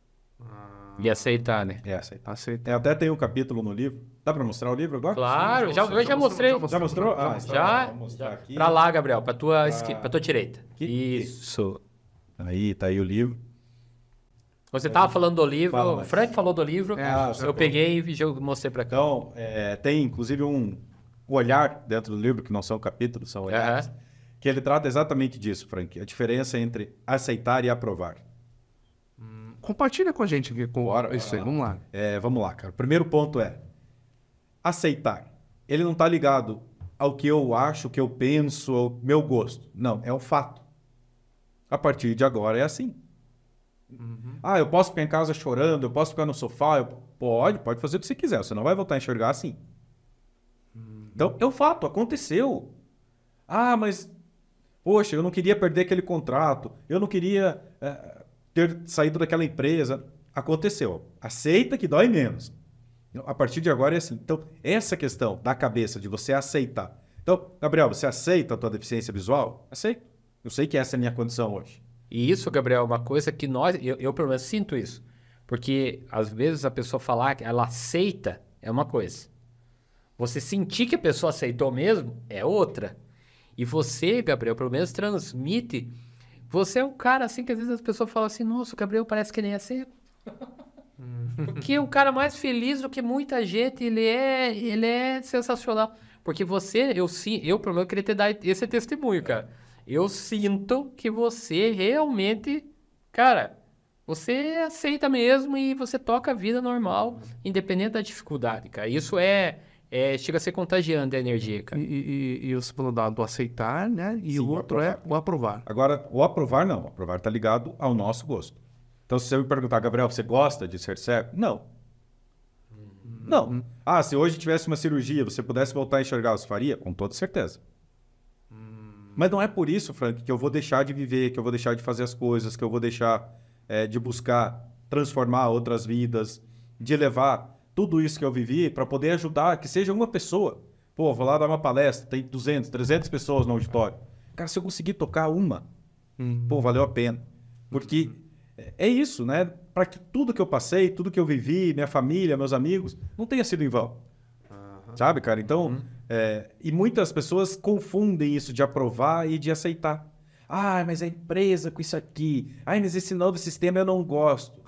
E aceitar, né? É, aceitar. aceitar. Eu até tenho um capítulo no livro. Dá pra mostrar o livro agora? Claro, Sim, já, eu já, já mostrei. Já mostrou? Já? Ah, já? Vou mostrar aqui. Pra lá, Gabriel, pra tua, pra... pra tua direita. Aqui? Isso. Aí, tá aí o livro. Você tava falando do livro, Fala, o Frank falou do livro, é, ah, eu peguei e já mostrei pra cá. Então, é, tem inclusive um olhar dentro do livro, que não são capítulos, são olhares, uhum. que ele trata exatamente disso, Frank. A diferença entre aceitar e aprovar. Compartilha com a gente aqui com Bora, isso aí, vamos lá. É, vamos lá, cara. O primeiro ponto é aceitar. Ele não está ligado ao que eu acho, o que eu penso, ao meu gosto. Não, é um fato. A partir de agora é assim. Uhum. Ah, eu posso ficar em casa chorando, eu posso ficar no sofá, eu... pode, pode fazer o que você quiser, você não vai voltar a enxergar assim. Uhum. Então, é um fato, aconteceu. Ah, mas, poxa, eu não queria perder aquele contrato, eu não queria é, ter saído daquela empresa. Aconteceu. Aceita que dói menos. A partir de agora é assim. Então, essa questão da cabeça de você aceitar. Então, Gabriel, você aceita a tua deficiência visual? Aceito. Eu sei que essa é a minha condição hoje. E isso, Gabriel, é uma coisa que nós, eu, eu pelo menos sinto isso. Porque às vezes a pessoa falar que ela aceita é uma coisa. Você sentir que a pessoa aceitou mesmo é outra. E você, Gabriel, pelo menos transmite. Você é um cara assim que às vezes as pessoas falam assim: nossa, o Gabriel parece que nem é seco. Porque o cara mais feliz do que muita gente, ele é, ele é sensacional. Porque você, eu sim, eu pelo menos queria te dar esse testemunho, cara. Eu sinto que você realmente, cara, você aceita mesmo e você toca a vida normal, independente da dificuldade, cara. Isso é, é chega a ser contagiante a energia, cara. E, e, e você falou do aceitar, né? E Sim, o outro o é o aprovar. Agora, o aprovar não. O aprovar está ligado ao nosso gosto. Então, se você me perguntar, Gabriel, você gosta de ser cego? Não. Uhum. Não. Ah, se hoje tivesse uma cirurgia, você pudesse voltar a enxergar, você faria? Com toda certeza. Uhum. Mas não é por isso, Frank, que eu vou deixar de viver, que eu vou deixar de fazer as coisas, que eu vou deixar é, de buscar transformar outras vidas, de levar tudo isso que eu vivi para poder ajudar, que seja uma pessoa. Pô, vou lá dar uma palestra, tem duzentas, trezentas pessoas no auditório. Cara, se eu conseguir tocar uma, uhum. pô, valeu a pena. Porque... é isso, né? Para que tudo que eu passei, tudo que eu vivi, minha família, meus amigos, não tenha sido em vão. Uhum. Sabe, cara? Então, uhum. é, e muitas pessoas confundem isso de aprovar e de aceitar. Ah, mas a empresa com isso aqui. Ah, mas esse novo sistema eu não gosto.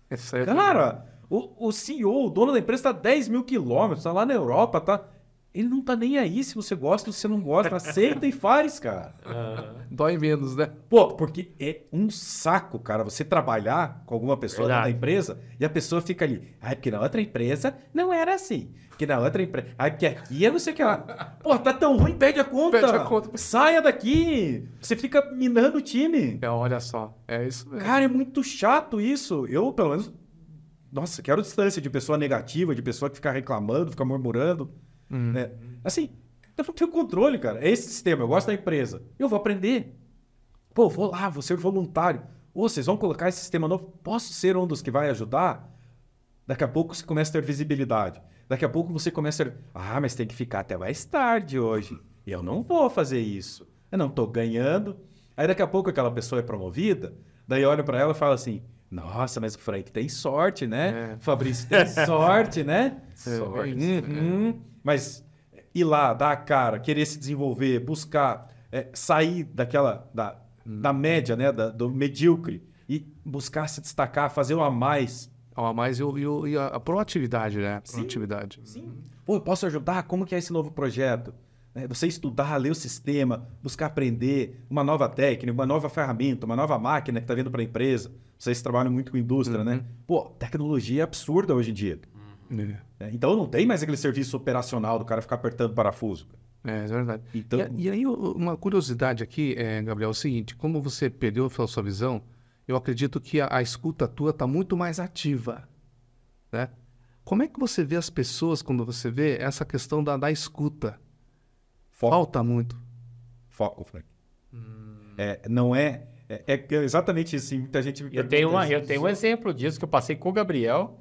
É cara, o, o C E O, o dono da empresa está a dez mil quilômetros, está lá na Europa, tá... ele não tá nem aí se você gosta ou se você não gosta. Aceita e faz, cara. Uhum. Dói menos, né? Pô, porque é um saco, cara, você trabalhar com alguma pessoa da empresa e a pessoa fica ali. Ai, porque na outra empresa não era assim. Porque na outra empresa... ai, porque aqui eu não sei o que lá. Pô, tá tão ruim, pede a conta. Pede a conta. Saia daqui. Você fica minando o time. É, olha só. É isso mesmo. Cara, é muito chato isso. Eu, pelo menos... nossa, quero distância de pessoa negativa, de pessoa que fica reclamando, fica murmurando. Uhum. Né? Assim, eu não tenho controle, cara. É esse sistema, eu gosto da empresa. Eu vou aprender. Pô, vou lá, vou ser voluntário. Ou vocês vão colocar esse sistema novo. Posso ser um dos que vai ajudar? Daqui a pouco você começa a ter visibilidade. Daqui a pouco você começa a ter... ah, mas tem que ficar até mais tarde hoje. Eu não vou fazer isso. Eu não tô ganhando. Aí daqui a pouco aquela pessoa é promovida. Daí olha para ela e fala assim... nossa, mas o Frank tem sorte, né? É. O Fabrício tem sorte, né? Sorte. Uhum. Mas ir lá, dar a cara, querer se desenvolver, buscar, é, sair daquela, da, hum. da média, né? Da, do medíocre e buscar se destacar, fazer um a mais. Um a mais e, o, e a proatividade, né? Sim, proatividade. Sim. Pô, eu posso ajudar? Como que é esse novo projeto? É, você estudar, ler o sistema, buscar aprender uma nova técnica, uma nova ferramenta, uma nova máquina que está vindo para a empresa. Vocês trabalham muito com indústria, uhum. né? Pô, tecnologia é absurda hoje em dia. Uhum. É, então não tem mais aquele serviço operacional do cara ficar apertando parafuso. É, é verdade. Então... E, e aí uma curiosidade aqui, é, Gabriel, é o seguinte, como você perdeu a sua visão, eu acredito que a, a escuta tua está muito mais ativa, né? Como é que você vê as pessoas quando você vê essa questão da, da escuta? Foco. Falta muito. Foco, Frank. Hum. É, não é... É, é exatamente isso. Muita gente me eu tenho uma, Eu tenho um exemplo disso que eu passei com o Gabriel.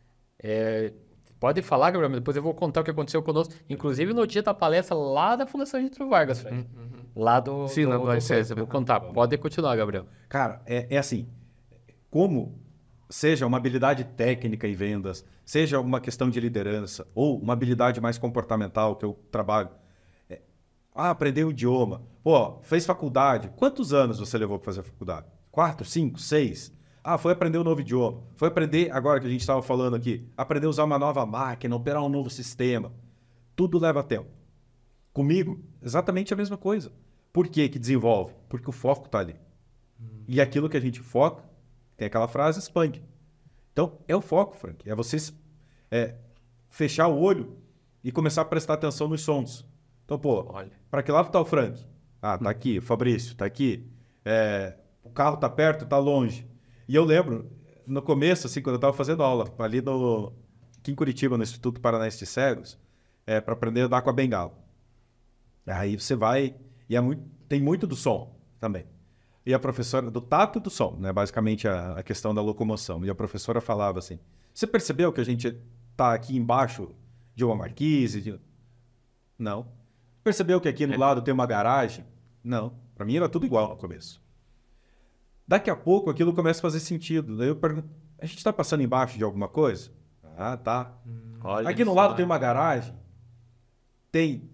É, pode falar, Gabriel, mas depois eu vou contar o que aconteceu conosco. Inclusive no dia da palestra lá da Fundação Getúlio Vargas, Frank. Uhum. Lá do... Sim, do, do, do, do, do, do Vou contar. Pode continuar, Gabriel. Cara, é, é assim. Como seja uma habilidade técnica em vendas, seja uma questão de liderança ou uma habilidade mais comportamental que eu trabalho. Ah, aprendeu o idioma. Pô, fez faculdade. Quantos anos você levou para fazer a faculdade? Quatro, cinco, seis? Ah, foi aprender um novo idioma. Foi aprender, agora que a gente estava falando aqui, aprender a usar uma nova máquina, operar um novo sistema. Tudo leva tempo. Comigo, exatamente a mesma coisa. Por que que desenvolve? Porque o foco está ali. Hum. E aquilo que a gente foca, tem aquela frase, expande. Então, é o foco, Frank. É você é, fechar o olho e começar a prestar atenção nos sons. Então, pô, para que lado tá o Frank? Ah, tá aqui. O Fabrício, tá aqui. É, o carro tá perto, tá longe. E eu lembro, no começo, assim, quando eu estava fazendo aula, ali no, aqui em Curitiba, no Instituto Paranaense de Cegos, é, para aprender a andar com a bengala. Aí você vai, e é muito, tem muito do som também. E a professora, do tato e do som, né? Basicamente a, a questão da locomoção. E a professora falava assim, você percebeu que a gente está aqui embaixo de uma marquise? De... Não. Percebeu que aqui no lado tem uma garagem? Não. Para mim era tudo igual no começo. Daqui a pouco aquilo começa a fazer sentido. Daí eu pergunto, a gente está passando embaixo de alguma coisa? Ah, tá. Hum, aqui no lado tem uma garagem? Tem.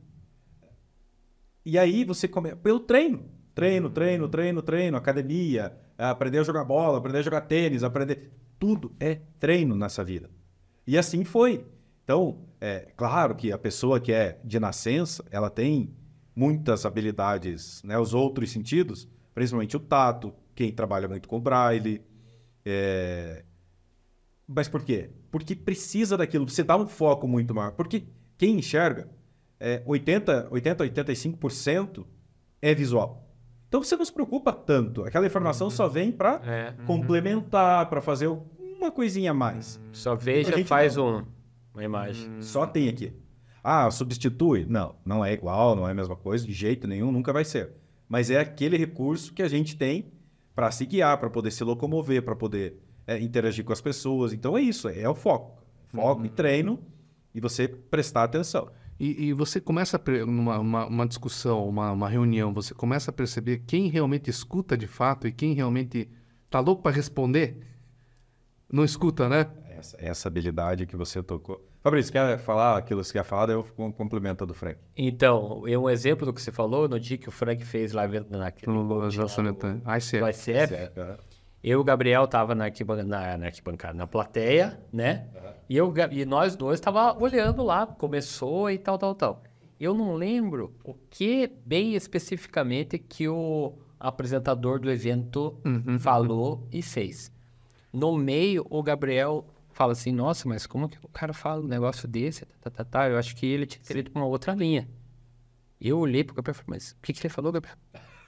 E aí você começa... Pelo treino. Treino, treino, treino, treino, academia, aprender a jogar bola, aprender a jogar tênis, aprender... Tudo é treino nessa vida. E assim foi. Então, é claro que a pessoa que é de nascença, ela tem muitas habilidades, né? Os outros sentidos, principalmente o tato, quem trabalha muito com braille. É... Mas por quê? Porque precisa daquilo, você dá um foco muito maior. Porque quem enxerga, é, oitenta, oitenta, oitenta e cinco por cento é visual. Então você não se preocupa tanto. Aquela informação uhum. só vem para é. uhum. complementar, para fazer uma coisinha a mais. Só veja, faz um, uma imagem. Só tem aqui. Ah, substitui? Não, não é igual, não é a mesma coisa, de jeito nenhum, nunca vai ser. Mas é aquele recurso que a gente tem para se guiar, para poder se locomover, para poder é, interagir com as pessoas. Então é isso, é o foco. Foco uhum. e treino e você prestar atenção. E, e você começa, a, numa uma, uma discussão, uma, uma reunião, você começa a perceber quem realmente escuta de fato e quem realmente tá louco para responder, não escuta, né? Essa, essa habilidade que você tocou. Fabrício, quer falar aquilo que você quer falar? Eu complemento do Frank. Então, um exemplo do que você falou, no dia que o Frank fez lá naquele... No lançamento, I C F. I C F. I C F é. Eu e o Gabriel tava na arquibancada, na, na, arquibancada, na plateia, né? Uhum. E, eu, e nós dois tava olhando lá, começou e tal, tal, tal. Eu não lembro o que bem especificamente que o apresentador do evento uhum. falou e fez. No meio, o Gabriel fala assim, nossa, mas como que o cara fala um negócio desse? Tá, tá, tá. Eu acho que ele tinha ido pra uma outra linha. Eu olhei pro Gabriel e falei, mas o que, que ele falou, Gabriel?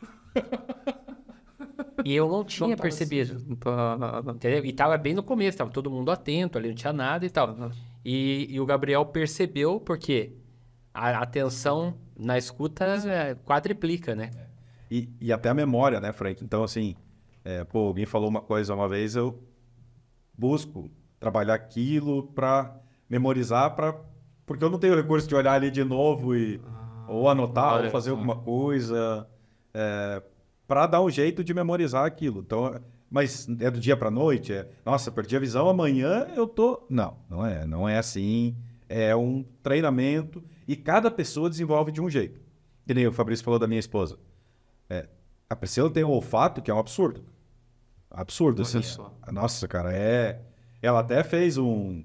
E eu não tinha não percebido. Assim, não tá... Entendeu? E tava bem no começo, tava todo mundo atento, ali não tinha nada e tal. Uhum. E, e o Gabriel percebeu, porque a atenção na escuta é, quadriplica, né? E, e até a memória, né, Frank? Então, assim, é, pô, alguém falou uma coisa uma vez, eu busco trabalhar aquilo para memorizar, pra... porque eu não tenho recurso de olhar ali de novo e ah, ou anotar, olha, ou fazer alguma coisa... É... para dar um jeito de memorizar aquilo. Então, mas é do dia para noite? É, nossa, perdi a visão, amanhã eu tô... Não, não é, não é assim. É um treinamento e cada pessoa desenvolve de um jeito. Que nem o Fabrício falou da minha esposa. É, a Priscila tem um olfato que é um absurdo. Absurdo, assim. É, nossa, cara, é... Ela até fez um...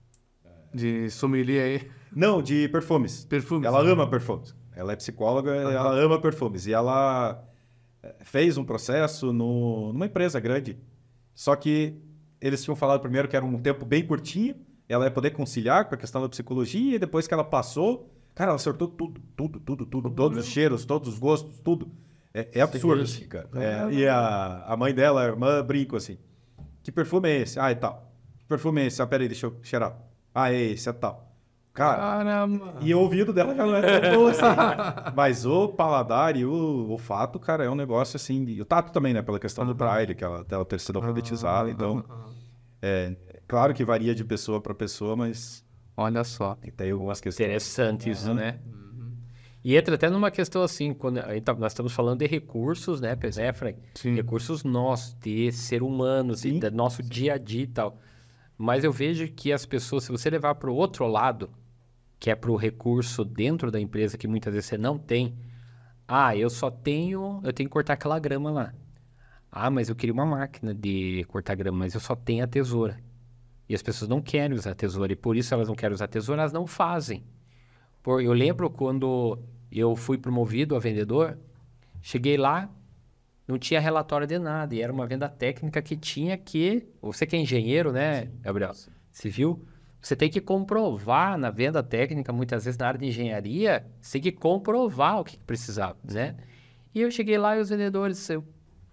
De sommelier aí? Não, de perfumes. Perfumes. Ela ama perfumes. Ela é psicóloga, uhum. ela ama perfumes. E ela... fez um processo no, numa empresa grande, só que eles tinham falado primeiro que era um tempo bem curtinho, ela ia poder conciliar com a questão da psicologia, e depois que ela passou, cara, ela acertou tudo, tudo, tudo, tudo, todos os cheiros, todos os gostos, tudo. É, é absurdo, assim, cara. É, e a, a mãe dela, a irmã, brinca assim, que perfume é esse? Ah, e tal. Que perfume é esse? Ah, peraí, deixa eu cheirar. Ah, é esse, é tal. Cara, caramba. E o ouvido dela já não é tão bom assim. Mas o paladar e o olfato, cara, é um negócio assim... E o tato também, né? Pela questão do braille, que ela, ela ter sido alfabetizada. Então, é claro que varia de pessoa para pessoa, mas... Olha só. Tem algumas questões. Interessante isso, uhum. né? Uhum. E entra até numa questão assim, quando nós estamos falando de recursos, né, né Frank? Sim. Recursos nossos, de ser humanos, sim, e do nosso sim. dia a dia e tal. Mas eu vejo que as pessoas, se você levar para o outro lado, que é para o recurso dentro da empresa que muitas vezes você não tem. Ah, eu só tenho... Eu tenho que cortar aquela grama lá. Ah, mas eu queria uma máquina de cortar grama, mas eu só tenho a tesoura. E as pessoas não querem usar a tesoura. E por isso elas não querem usar a tesoura, elas não fazem. Por, eu lembro quando eu fui promovido a vendedor, cheguei lá, não tinha relatório de nada. E era uma venda técnica que tinha que... Você que é engenheiro, né, Gabriel? Civil... Você tem que comprovar na venda técnica, muitas vezes na área de engenharia, você tem que comprovar o que precisava, né? E eu cheguei lá e os vendedores, eu,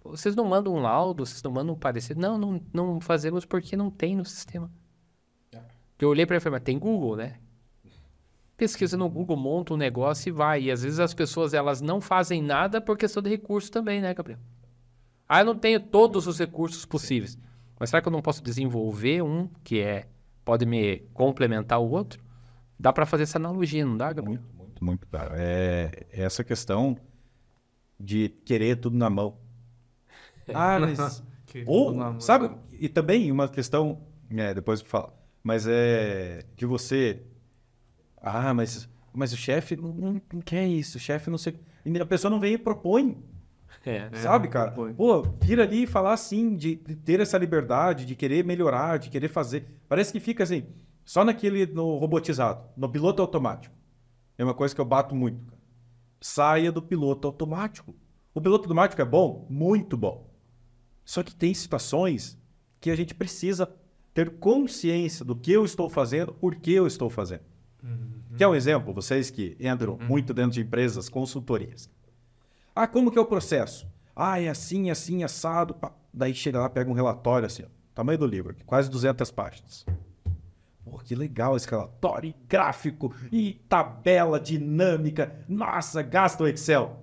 vocês não mandam um laudo, vocês não mandam um parecer? Não, não, não fazemos porque não tem no sistema. Eu olhei para ele e falei, mas tem Google, né? Pesquisa no Google, monta um negócio e vai. E às vezes as pessoas, elas não fazem nada por questão de recurso também, né, Gabriel? Ah, eu não tenho todos os recursos possíveis. Mas será que eu não posso desenvolver um que é, pode me complementar o outro? Dá para fazer essa analogia, não dá, Gabriel? Muito, muito, muito claro. É essa questão de querer tudo na mão. Ah, mas... Ou, sabe? E também uma questão... É, depois eu falo. Mas é de você... Ah, mas, mas o chefe não, não, não quer isso. O chefe não sei... E a pessoa não vem e propõe. É. Sabe, É, cara? propõe. Pô, vir ali e falar assim, de, de ter essa liberdade, de querer melhorar, de querer fazer. Parece que fica assim, só naquele, no robotizado, no piloto automático. É uma coisa que eu bato muito, cara. Saia do piloto automático. O piloto automático é bom? Muito bom. Só que tem situações que a gente precisa ter consciência do que eu estou fazendo, por que eu estou fazendo. Uhum. Quer um exemplo? Vocês que entram uhum. muito dentro de empresas, consultorias. Ah, como que é o processo? Ah, é assim, assim, assado. Pá. Daí chega lá, pega um relatório assim, ó, tamanho do livro, quase duzentas páginas. Pô, que legal esse relatório, e gráfico, e tabela dinâmica. Nossa, gasta o Excel.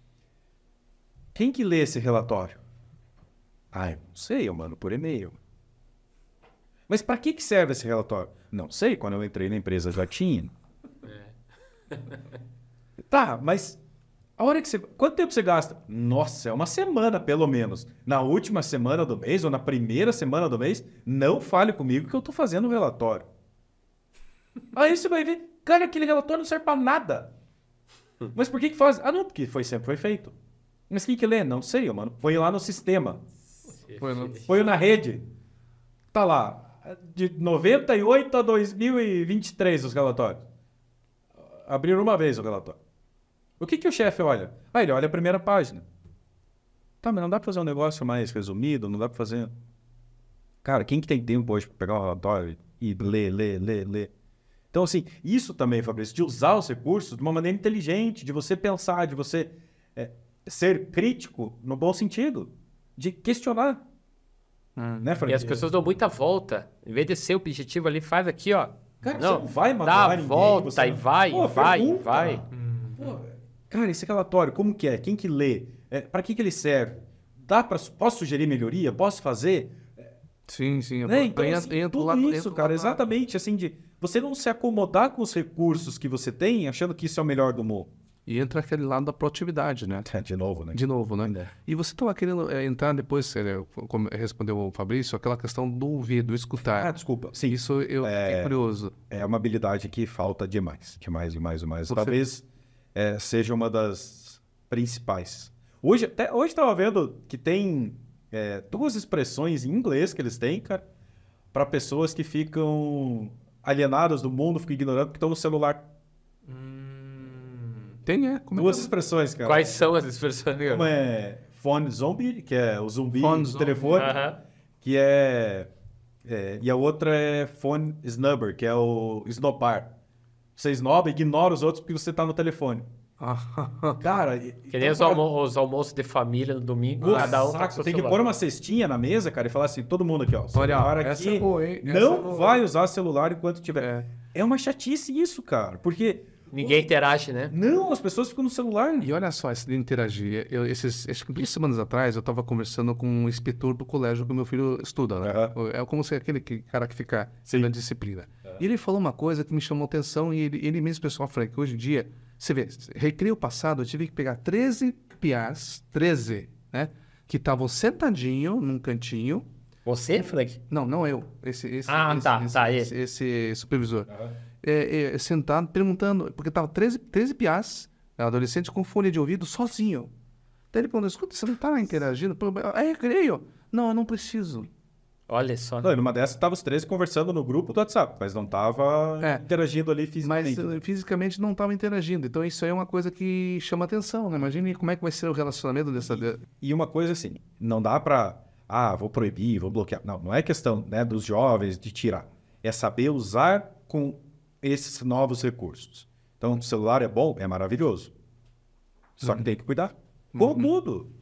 Quem que lê esse relatório? Ah, eu não sei, eu mando por e-mail. Mas para que que serve esse relatório? Não sei, quando eu entrei na empresa já tinha. É. Tá, mas a hora que você... Quanto tempo você gasta? Nossa, é uma semana pelo menos. Na última semana do mês ou na primeira semana do mês, não fale comigo que eu tô fazendo um relatório. Aí você vai ver, cara, aquele relatório não serve pra nada. Mas por que que faz? Ah, não, porque foi, sempre foi feito. Mas quem que lê? Não sei, mano. Põe lá no sistema. Põe, no... Põe na rede. Tá lá. De noventa e oito a dois mil e vinte e três os relatórios. Abriram uma vez o relatório. O que que o chefe olha? Ah, ele olha a primeira página. Tá, mas não dá pra fazer um negócio mais resumido? Não dá pra fazer... Cara, quem que tem tempo hoje pra pegar um relatório e ler, ler, ler, ler? Então, assim, isso também, Fabrício, de usar os recursos de uma maneira inteligente, de você pensar, de você é, ser crítico no bom sentido, de questionar. Hum. Né, e as pessoas dão muita volta. Em vez de ser objetivo ali, faz aqui, ó. Cara, não, você não vai dá matar a ninguém. volta Você e não... vai, Pô, vai, pergunta. vai. Hum. Pô, cara, esse relatório, como que é? Quem que lê? É, para que que ele serve? Dá pra... Posso sugerir melhoria? Posso fazer? Sim, sim. Né? Então, entra, assim, entra tudo lá, isso, entra cara, lá, exatamente, assim, de você não se acomodar com os recursos que você tem, achando que isso é o melhor do mundo. E entra aquele lado da proatividade, né? De novo, né? De novo, né? É. E você estava querendo é, entrar depois, é, como respondeu o Fabrício, aquela questão do ouvir, do escutar. Ah, desculpa. Sim. Isso eu é, fiquei curioso. É uma habilidade que falta demais, demais, demais, demais. Você... Talvez é, seja uma das principais. Hoje, até hoje estava vendo que tem é, duas expressões em inglês que eles têm, cara, para pessoas que ficam alienadas do mundo, ficam ignorando porque estão no celular. Hum... Tem, é. Como Duas é que... expressões, cara. Quais são as expressões? Uma é phone zombie, que é o zumbi phone do zombie. telefone, Uh-huh. que é, é... E a outra é phone snubber, que é o snopar. Você esnoba, ignora os outros porque você tá no telefone. Cara... Que nem os, almo os almoços de família no domingo, Nossa, cada um saco, tá com seu tem que celular. pôr uma cestinha na mesa, cara, e falar assim, todo mundo aqui, ó. Olha, celular essa aqui, é boa, hein? Essa não é boa. vai usar celular enquanto tiver. É. É uma chatice isso, cara, porque... Ninguém interage, né? Não, as pessoas ficam no celular. E olha só, esse de interagir. Eu, esses, acho que duas semanas atrás eu estava conversando com um inspetor do colégio que o meu filho estuda, né? Uhum. É como se aquele que, cara que fica Sim. na disciplina. Uhum. E ele falou uma coisa que me chamou atenção e ele, ele mesmo, pessoal, falou que hoje em dia, você vê, recreio passado, eu tive que pegar treze piás, treze, né? Que estavam sentadinho num cantinho. Você, Frank? Não, não eu. Esse, esse, Ah, esse, tá, esse, tá, esse, esse supervisor. Uhum. É, é, sentado, perguntando, porque tava treze, treze piás, adolescente com fone de ouvido, sozinho. Daí ele perguntou, escuta, você não tá interagindo? É recreio. Não, eu não preciso. Olha só. Não, numa dessas, tava os três conversando no grupo do WhatsApp, mas não tava É. interagindo ali fisicamente. Mas uh, fisicamente não estava interagindo. Então isso aí é uma coisa que chama atenção, né? Imagine como é que vai ser o relacionamento dessa... E uma coisa assim, não dá pra, ah, vou proibir, vou bloquear. Não, não é questão, né, dos jovens de tirar. É saber usar com esses novos recursos. Então, o celular é bom, é maravilhoso. Só que Uhum. tem que cuidar. Como Uhum. tudo.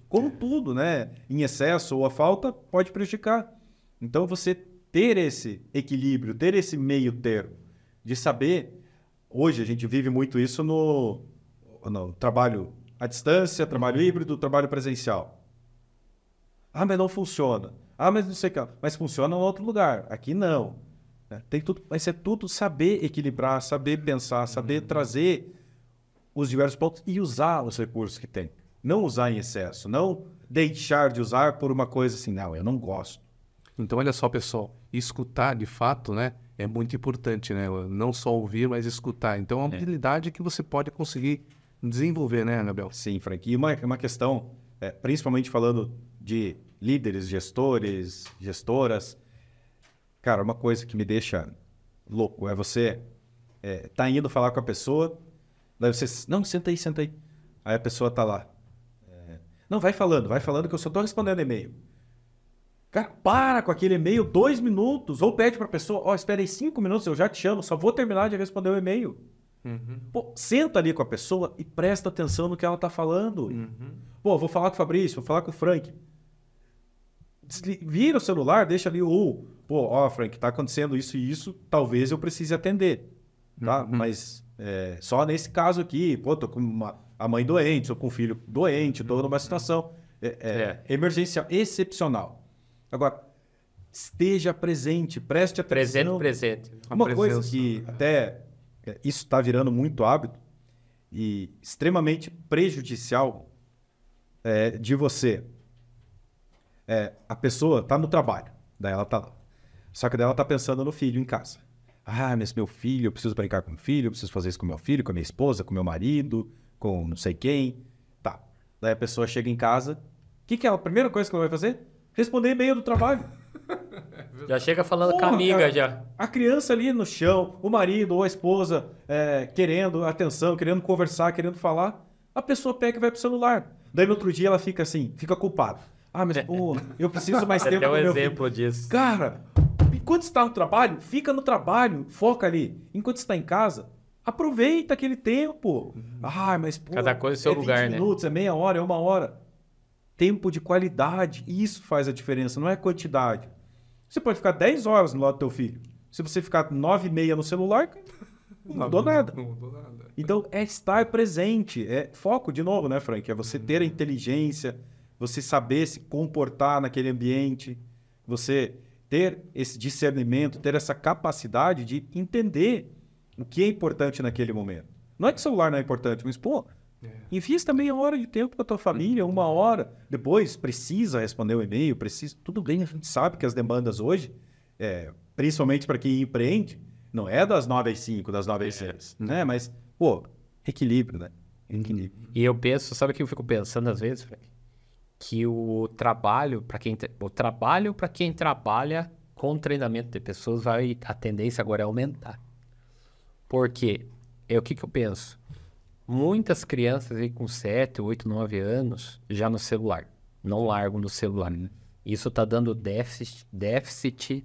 Como tudo, né? Em excesso ou a falta pode prejudicar. Então, você ter esse equilíbrio, ter esse meio termo, de saber... Hoje, a gente vive muito isso no, no trabalho à distância, trabalho híbrido, trabalho presencial. Ah, mas não funciona. Ah, mas não sei o que. Mas funciona em outro lugar. Aqui não. Tem tudo, mas é tudo saber equilibrar, saber pensar, saber uhum. trazer os diversos pontos e usar os recursos que tem. Não usar em excesso, não deixar de usar por uma coisa assim, não, eu não gosto. Então, olha só, pessoal, escutar de fato, né, é muito importante, né? Não só ouvir, mas escutar. Então, é uma é. habilidade que você pode conseguir desenvolver, né, Gabriel? Sim, Frank. E uma, uma questão, é, principalmente falando de líderes, gestores, gestoras, cara, uma coisa que me deixa louco é você é, tá indo falar com a pessoa, daí você, não, senta aí, senta aí. Aí a pessoa tá lá. É, não, vai falando, vai falando que eu só tô respondendo e-mail. Cara, para com aquele e-mail dois minutos, ou pede pra pessoa, ó, oh, espera aí cinco minutos, eu já te chamo, só vou terminar de responder o e-mail. Uhum. Pô, senta ali com a pessoa e presta atenção no que ela tá falando. Uhum. Pô, vou falar com o Fabrício, vou falar com o Frank. Vira o celular, deixa ali o... Pô, ó, Frank, tá acontecendo isso e isso, talvez eu precise atender, tá? Uhum. Mas é, só nesse caso aqui, pô, tô com uma, a mãe doente, tô com um filho doente, tô numa situação é, é, é. emergencial, excepcional. Agora, esteja presente, preste atenção. Presente, presente. Uma coisa que até isso está virando muito hábito e extremamente prejudicial é, de você. É, a pessoa está no trabalho, daí ela está lá. Só que daí ela está pensando no filho em casa. Ah, mas meu filho, eu preciso brincar com meu filho, eu preciso fazer isso com meu filho, com a minha esposa, com meu marido, com não sei quem. Tá. Daí a pessoa chega em casa, o que, que é a primeira coisa que ela vai fazer? Responder e-mail do trabalho. Já chega falando Porra, com a amiga, cara, já. A criança ali no chão, o marido ou a esposa é, querendo atenção, querendo conversar, querendo falar. A pessoa pega e vai pro celular. Daí no outro dia ela fica assim, fica culpada. Ah, mas pô, eu preciso mais tempo com meu filho. Tem um exemplo disso. Cara, enquanto você está no trabalho, fica no trabalho, foca ali. Enquanto você está em casa, aproveita aquele tempo. Uhum. Ah, mas pô, cada coisa é seu é vinte lugar, minutos, né? É meia hora, é uma hora. Tempo de qualidade, isso faz a diferença, não é quantidade. Você pode ficar dez horas no lado do teu filho. Se você ficar nove e meia no celular, não mudou nada. Não mudou nada. Então, é estar presente. É foco, de novo, né, Frank? É você ter a inteligência, você saber se comportar naquele ambiente, você ter esse discernimento, ter essa capacidade de entender o que é importante naquele momento. Não é que o celular não é importante, mas, pô, é. invista meia hora de tempo com a tua família, uma hora. Depois, precisa responder o e-mail, precisa... Tudo bem, a gente sabe que as demandas hoje, é, principalmente para quem empreende, não é das nove às cinco, das nove às seis, é. né? Mas, pô, equilíbrio, né? Equilíbrio. E eu penso, sabe o que eu fico pensando às vezes, Frank? Que o trabalho para quem o trabalho para quem trabalha com treinamento de pessoas vai a tendência agora é aumentar. Por quê? É o que que eu penso? Muitas crianças aí com sete, oito, nove anos já no celular, não largam do celular. Isso está dando déficit, déficit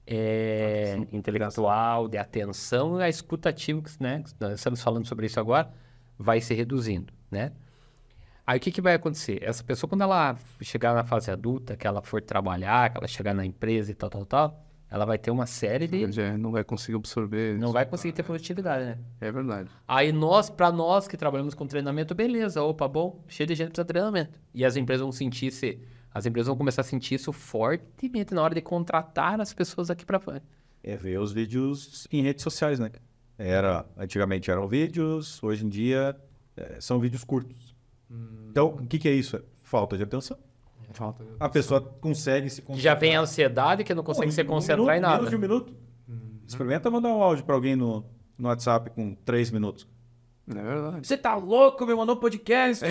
é, intelectual, de atenção, e a escutativa, né? Nós estamos falando sobre isso agora, vai se reduzindo, né? Aí o que, que vai acontecer? Essa pessoa, quando ela chegar na fase adulta, que ela for trabalhar, que ela chegar na empresa e tal, tal, tal, ela vai ter uma série de... Já não vai conseguir absorver... Não vai conseguir ter produtividade, né? É verdade. Aí nós, para nós que trabalhamos com treinamento, beleza, opa, bom, cheio de gente precisa de treinamento. E as empresas vão sentir se... As empresas vão começar a sentir isso fortemente na hora de contratar as pessoas aqui para fora. É ver os vídeos em redes sociais, né? Era, antigamente eram vídeos, hoje em dia é, são vídeos curtos. Hum. Então, o que, que é isso? Falta de atenção. Falta de atenção. A pessoa consegue se concentrar. Já vem a ansiedade que não consegue Pô, se concentrar um minuto, em nada. Menos de um minuto. Hum. Experimenta mandar um áudio para alguém no, no WhatsApp com três minutos. É verdade. Você tá louco? Me mandou podcast.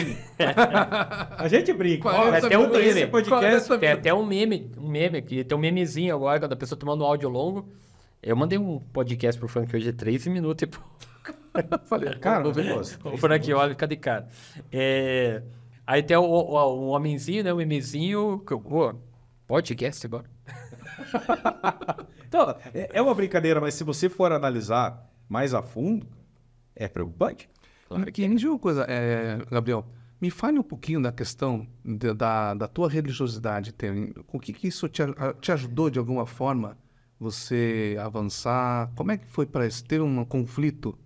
A gente brinca. Ó, tem até um meme. Podcast. Tem até um meme, um meme aqui. Tem um memezinho agora, quando a pessoa tá mandando um áudio longo. Eu mandei um podcast pro Frank hoje de três minutos e pô. Falei, cara, não vem o Frank olha e fica de cara. É... Aí tem o, o, o homenzinho, né? O memezinho. Pô, podcast agora. Então, é, é uma brincadeira, mas se você for analisar mais a fundo, é preocupante. Claro que me diga uma coisa, é, Gabriel. Me fale um pouquinho da questão de, da, da tua religiosidade. Tem, o que, que isso te, te ajudou de alguma forma você avançar? Como é que foi para ter um conflito?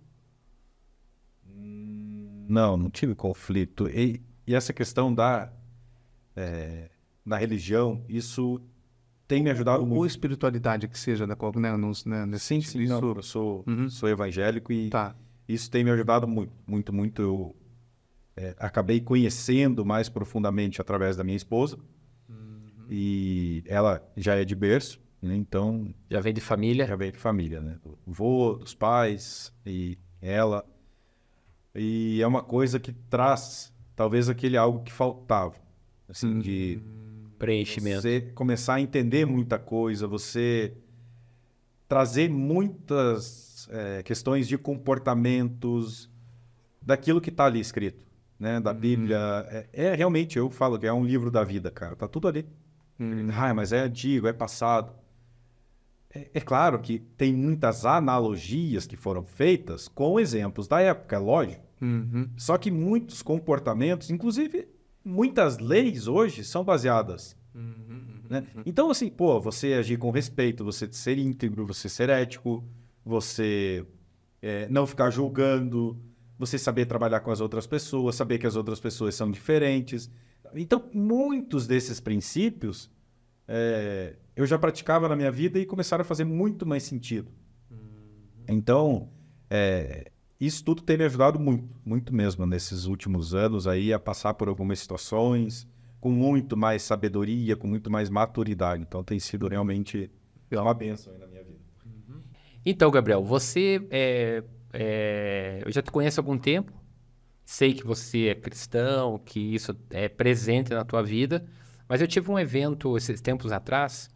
Não, não tive conflito. E, e essa questão da, é, da religião, isso tem me ajudado Ou, muito. ou espiritualidade que seja, né, né, nos, né, nesse Sim, sentido, sim, isso... não, eu sou, Uhum. sou evangélico e Tá. isso tem me ajudado muito, muito, muito. Eu é, acabei conhecendo mais profundamente através da minha esposa, uhum. E ela já é de berço, né? Então... Já vem de família? Já vem de família, né? Do vô, dos pais e ela. E é uma coisa que traz, talvez, aquele algo que faltava, assim, uhum. de... Preenchimento. Você começar a entender muita coisa, você trazer muitas é, questões de comportamentos daquilo que está ali escrito, né? Da uhum. Bíblia. É, é realmente, eu falo que é um livro da vida, cara. Tá tudo ali. Uhum. Ah, mas é antigo, é passado. É, é claro que tem muitas analogias que foram feitas com exemplos da época, é lógico. Uhum. Só que muitos comportamentos, inclusive... Muitas leis hoje são baseadas. Uhum, né? Uhum. Então, assim, pô, você agir com respeito, você ser íntegro, você ser ético, você é, não ficar julgando, você saber trabalhar com as outras pessoas, saber que as outras pessoas são diferentes. Então, muitos desses princípios é, eu já praticava na minha vida e começaram a fazer muito mais sentido. Uhum. Então, é, isso tudo tem me ajudado muito, muito mesmo nesses últimos anos aí a passar por algumas situações com muito mais sabedoria, com muito mais maturidade. Então tem sido realmente uma bênção aí na minha vida. Uhum. Então, Gabriel, você, é, é, eu já te conheço há algum tempo, sei que você é cristão, que isso é presente na tua vida, mas eu tive um evento esses tempos atrás,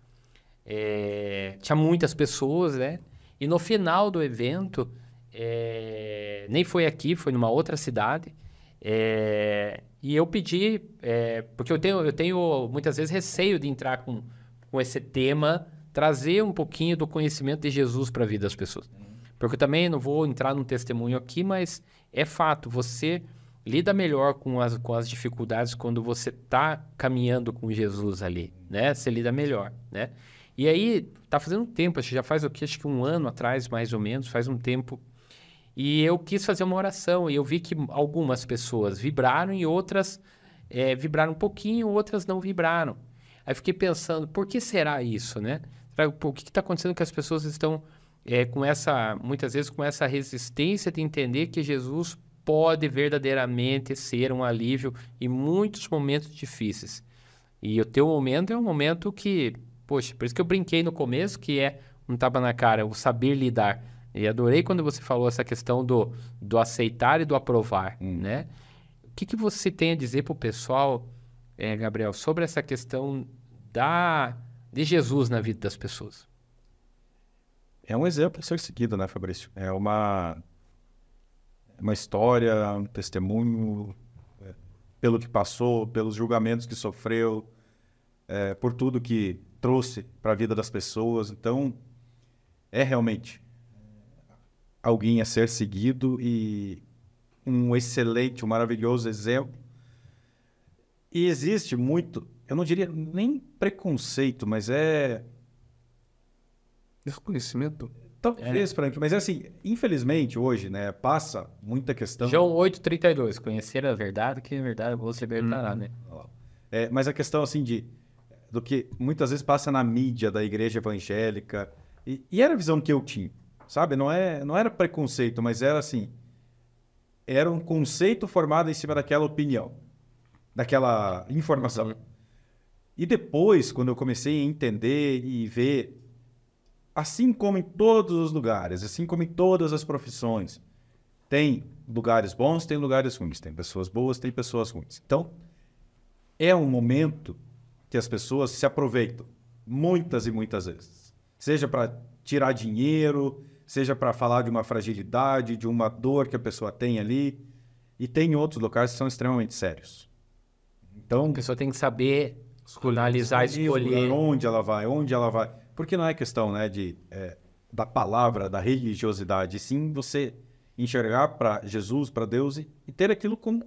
é, tinha muitas pessoas, né? E no final do evento... É, nem foi aqui, foi numa outra cidade, é, e eu pedi, é, porque eu tenho, eu tenho muitas vezes receio de entrar com, com esse tema, trazer um pouquinho do conhecimento de Jesus para a vida das pessoas. Porque eu também não vou entrar num testemunho aqui, mas é fato, você lida melhor com as, com as dificuldades quando você está caminhando com Jesus ali, né? Você lida melhor, né? E aí, tá fazendo um tempo, acho que já faz o quê? Acho que um ano atrás, mais ou menos, faz um tempo. E eu quis fazer uma oração e eu vi que algumas pessoas vibraram e outras é, vibraram um pouquinho, outras não vibraram. Aí fiquei pensando, por que será isso, né? O que está acontecendo que as pessoas estão é, com essa, muitas vezes com essa resistência de entender que Jesus pode verdadeiramente ser um alívio em muitos momentos difíceis. E o teu momento é um momento que, poxa, por isso que eu brinquei no começo, que é um tapa na cara, o saber lidar. E adorei quando você falou essa questão do, do aceitar e do aprovar, hum. né? O que, que você tem a dizer para o pessoal, é, Gabriel, sobre essa questão da, de Jesus na vida das pessoas? É um exemplo a ser seguido, né, Fabrício? É uma, uma história, um testemunho, é, pelo que passou, pelos julgamentos que sofreu, é, por tudo que trouxe para a vida das pessoas. Então, é realmente... alguém a ser seguido e um excelente, um maravilhoso exemplo. E existe muito, eu não diria nem preconceito, mas é... desconhecimento? Talvez, é. Frank, mas é assim, infelizmente hoje, né, passa muita questão... João oito, trinta e dois, conhecer a verdade, que a verdade você libertará, hum. né? É, mas a questão, assim, de... do que muitas vezes passa na mídia da igreja evangélica, e, e era a visão que eu tinha. Sabe, não, é, não era preconceito, mas era assim, era um conceito formado em cima daquela opinião, daquela informação. Uhum. E depois, quando eu comecei a entender e ver, assim como em todos os lugares, assim como em todas as profissões, tem lugares bons, tem lugares ruins, tem pessoas boas, tem pessoas ruins. Então, é um momento que as pessoas se aproveitam, muitas e muitas vezes. Seja para tirar dinheiro... seja para falar de uma fragilidade, de uma dor que a pessoa tem ali. E tem outros locais que são extremamente sérios. Então, a pessoa tem que saber escolher, analisar, escolher onde ela vai, onde ela vai. Porque não é questão, né, de, é, da palavra, da religiosidade. Sim, você enxergar para Jesus, para Deus e, e ter aquilo como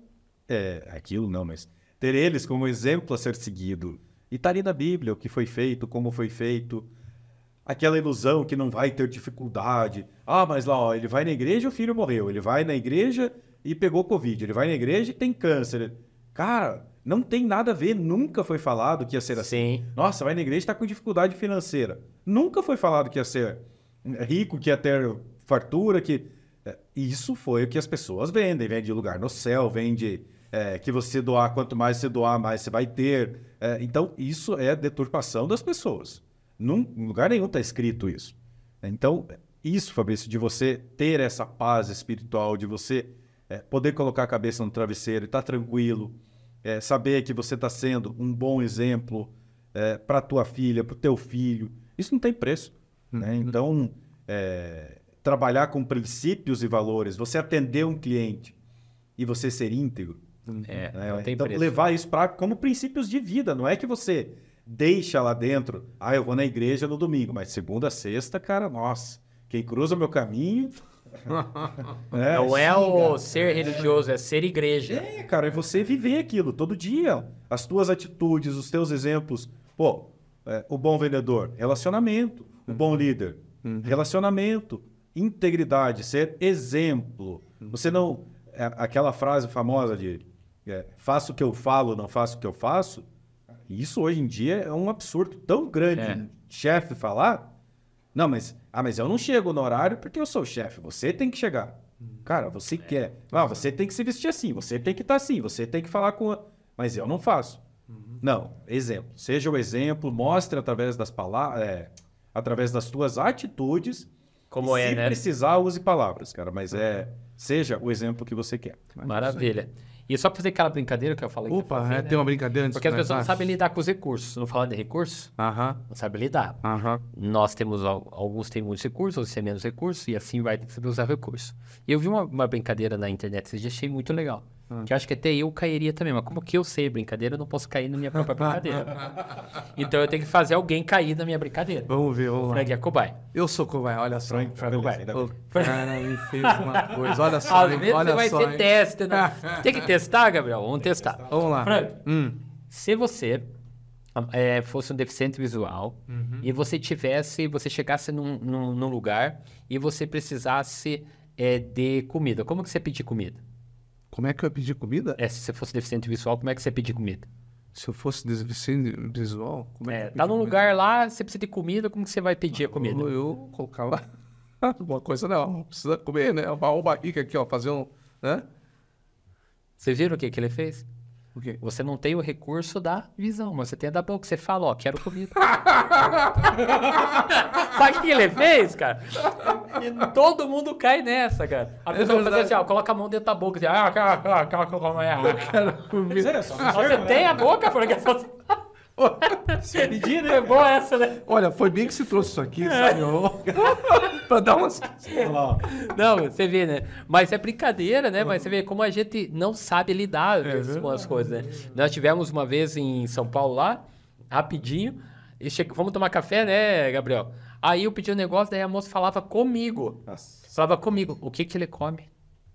é, aquilo não, mas ter eles como exemplo a ser seguido. E tá ali na Bíblia o que foi feito, como foi feito. Aquela ilusão que não vai ter dificuldade. Ah, mas lá, ó, ele vai na igreja e o filho morreu. Ele vai na igreja e pegou Covid. Ele vai na igreja e tem câncer. Cara, não tem nada a ver. Nunca foi falado que ia ser assim. Sim. Nossa, vai na igreja e tá com dificuldade financeira. Nunca foi falado que ia ser rico, que ia ter fartura, que... Isso foi o que as pessoas vendem. Vende lugar no céu, vende é, que você doar, quanto mais você doar, mais você vai ter. É, então, isso é deturpação das pessoas. Num lugar nenhum está escrito isso. Então, isso, Fabrício, de você ter essa paz espiritual, de você é, poder colocar a cabeça no travesseiro e estar tá tranquilo, é, saber que você está sendo um bom exemplo é, para a tua filha, para o teu filho, isso não tem preço. Uhum. Né? Então, é, trabalhar com princípios e valores, você atender um cliente e você ser íntegro, é, né? não tem Então, preço. levar isso para como princípios de vida, não é que você... deixa lá dentro, ah, eu vou na igreja no domingo, mas segunda a sexta, cara, nossa, quem cruza o meu caminho... é, não é o ser religioso, é ser igreja. É, cara, é você viver aquilo todo dia, as tuas atitudes, os teus exemplos. Pô, é, o bom vendedor, relacionamento, o bom líder, uhum. relacionamento, integridade, ser exemplo. Você não... É, aquela frase famosa de é, faço o que eu falo, não faço o que eu faço... Isso hoje em dia é um absurdo tão grande. É. Chefe falar, não, mas, ah, mas eu não chego no horário porque eu sou o chefe. Você tem que chegar. Cara, você é. quer. Ah, você tem que se vestir assim, você tem que estar assim, você tem que falar com... A... Mas eu não faço. Uhum. Não, exemplo. Seja o exemplo, mostre através das palavras, é, através das tuas atitudes. Como e é, se né? precisar, use palavras, cara. Mas é, seja o exemplo que você quer. Maravilha. E só para fazer aquela brincadeira que eu falei. Opa, que eu falei, é, né? tem uma brincadeira antes. Porque as pessoas não sabem lidar com os recursos. Não falando de recursos, uh-huh. não sabem lidar. Uh-huh. Nós temos, alguns têm muitos recursos, outros têm menos recursos, e assim vai ter que usar recursos. E eu vi uma, uma brincadeira na internet esses dias, achei muito legal. Uh-huh. Que eu acho que até eu cairia também, mas como que eu sei brincadeira, eu não posso cair na minha própria brincadeira. Então eu tenho que fazer alguém cair na minha brincadeira. Vamos ver, vamos lá. Frank é cobaia. Eu sou cobaia, olha só. Frank, Frank é cobaia. O cara me fez uma coisa, olha só. Às vezes olha você vai só, ser hein? teste, né? Tem que testar, Gabriel? Vamos testar. Vamos lá. Frank, hum. se você é, fosse um deficiente visual uhum. e você tivesse, você chegasse num, num, num lugar e você precisasse é, de comida, como que você pedir comida? Como é que eu ia pedir comida? É, se você fosse deficiente visual, como é que você ia pedir comida? Se eu fosse deficiente visual, como é, é que eu tá num comida? lugar lá, você precisa de comida, como que você vai pedir a comida? Eu, eu colocava alguma coisa, não, precisa comer, né? Uma barriga aqui, ó, fazer um... Né? Vocês viram o que, que ele fez? O quê? Você não tem o recurso da visão, mas você tem a da boca. Você fala, ó, quero comida. Sabe o que ele fez, cara? E todo mundo cai nessa, cara. A pessoa é vai fazer assim, ó, coloca a mão dentro da boca, assim, ah, quero, quero, quero, eu quero comida. Você tem a boca, porque é só... Você pedir, né? Foi boa essa, né? Olha, foi bem que você trouxe isso aqui, sabe? Pra dar umas... Não, você vê, né? Mas é brincadeira, né? Mas você vê como a gente não sabe lidar é com as coisas, né? Nós tivemos uma vez em São Paulo lá, rapidinho, e che... vamos tomar café, né, Gabriel? Aí eu pedi um negócio, daí a moça falava comigo. Nossa. Falava comigo. O que que ele come?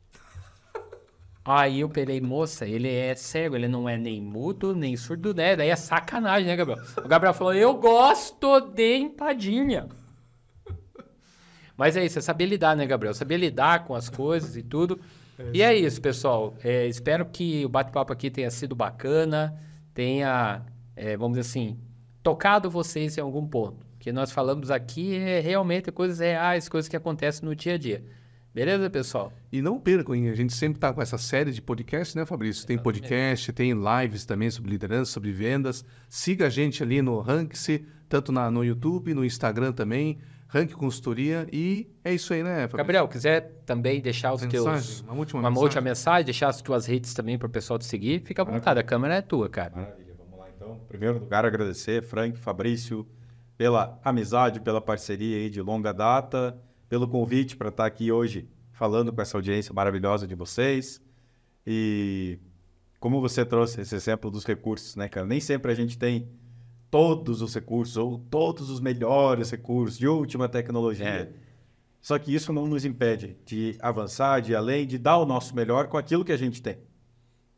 Aí eu peguei, moça, ele é cego, ele não é nem mudo, nem surdo, né? Daí é sacanagem, né, Gabriel? O Gabriel falou, eu gosto de empadinha. Mas é isso, é saber lidar, né, Gabriel? Saber lidar com as coisas e tudo. É e é isso, pessoal. É, espero que o bate-papo aqui tenha sido bacana, tenha, é, vamos dizer assim, tocado vocês em algum ponto. O que nós falamos aqui é realmente coisas reais, coisas que acontecem no dia a dia. Beleza, pessoal? E não percam, a gente sempre está com essa série de podcasts, né, Fabrício? Tem podcast, tem lives também sobre liderança, sobre vendas. Siga a gente ali no Rank-se, tanto na, no YouTube, no Instagram também, Rank Consultoria. E é isso aí, né, Fabrício? Gabriel, quiser também deixar os mensagem, teus... Uma última uma mensagem. última mensagem, deixar as tuas redes também para o pessoal te seguir. Fica à vontade, a câmera é tua, cara. Maravilha, vamos lá então. Em primeiro lugar, agradecer, Frank, Fabrício, pela amizade, pela parceria aí de longa data, pelo convite para estar aqui hoje falando com essa audiência maravilhosa de vocês. E como você trouxe esse exemplo dos recursos, né, cara? Nem sempre a gente tem todos os recursos ou todos os melhores recursos de última tecnologia. É. Só que isso não nos impede de avançar, de ir além, de dar o nosso melhor com aquilo que a gente tem.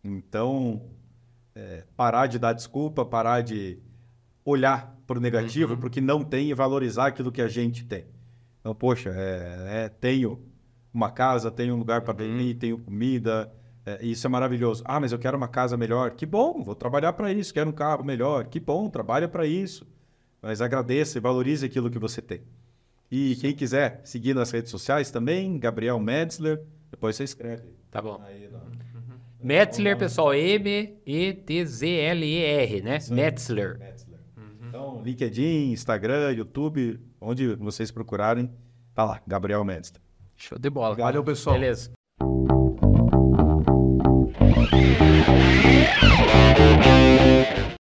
Então, é, parar de dar desculpa, parar de olhar para o negativo, uhum. porque não tem, e valorizar aquilo que a gente tem. Então, poxa, é, é, tenho uma casa, tenho um lugar para dormir, uhum. tenho comida, é, isso é maravilhoso. Ah, mas eu quero uma casa melhor. Que bom, vou trabalhar para isso. Quero um carro melhor. Que bom, trabalha para isso. Mas agradeça e valorize aquilo que você tem. E quem quiser seguir nas redes sociais também, Gabriel Metzler, depois você escreve. Tá bom. Aí, uhum. Metzler, pessoal, M E T Z L E R, né? Sim. Metzler. Metzler. Uhum. Então, LinkedIn, Instagram, YouTube, onde vocês procurarem, tá lá, Gabriel Metzler. Show de bola. Valeu, pessoal. Beleza.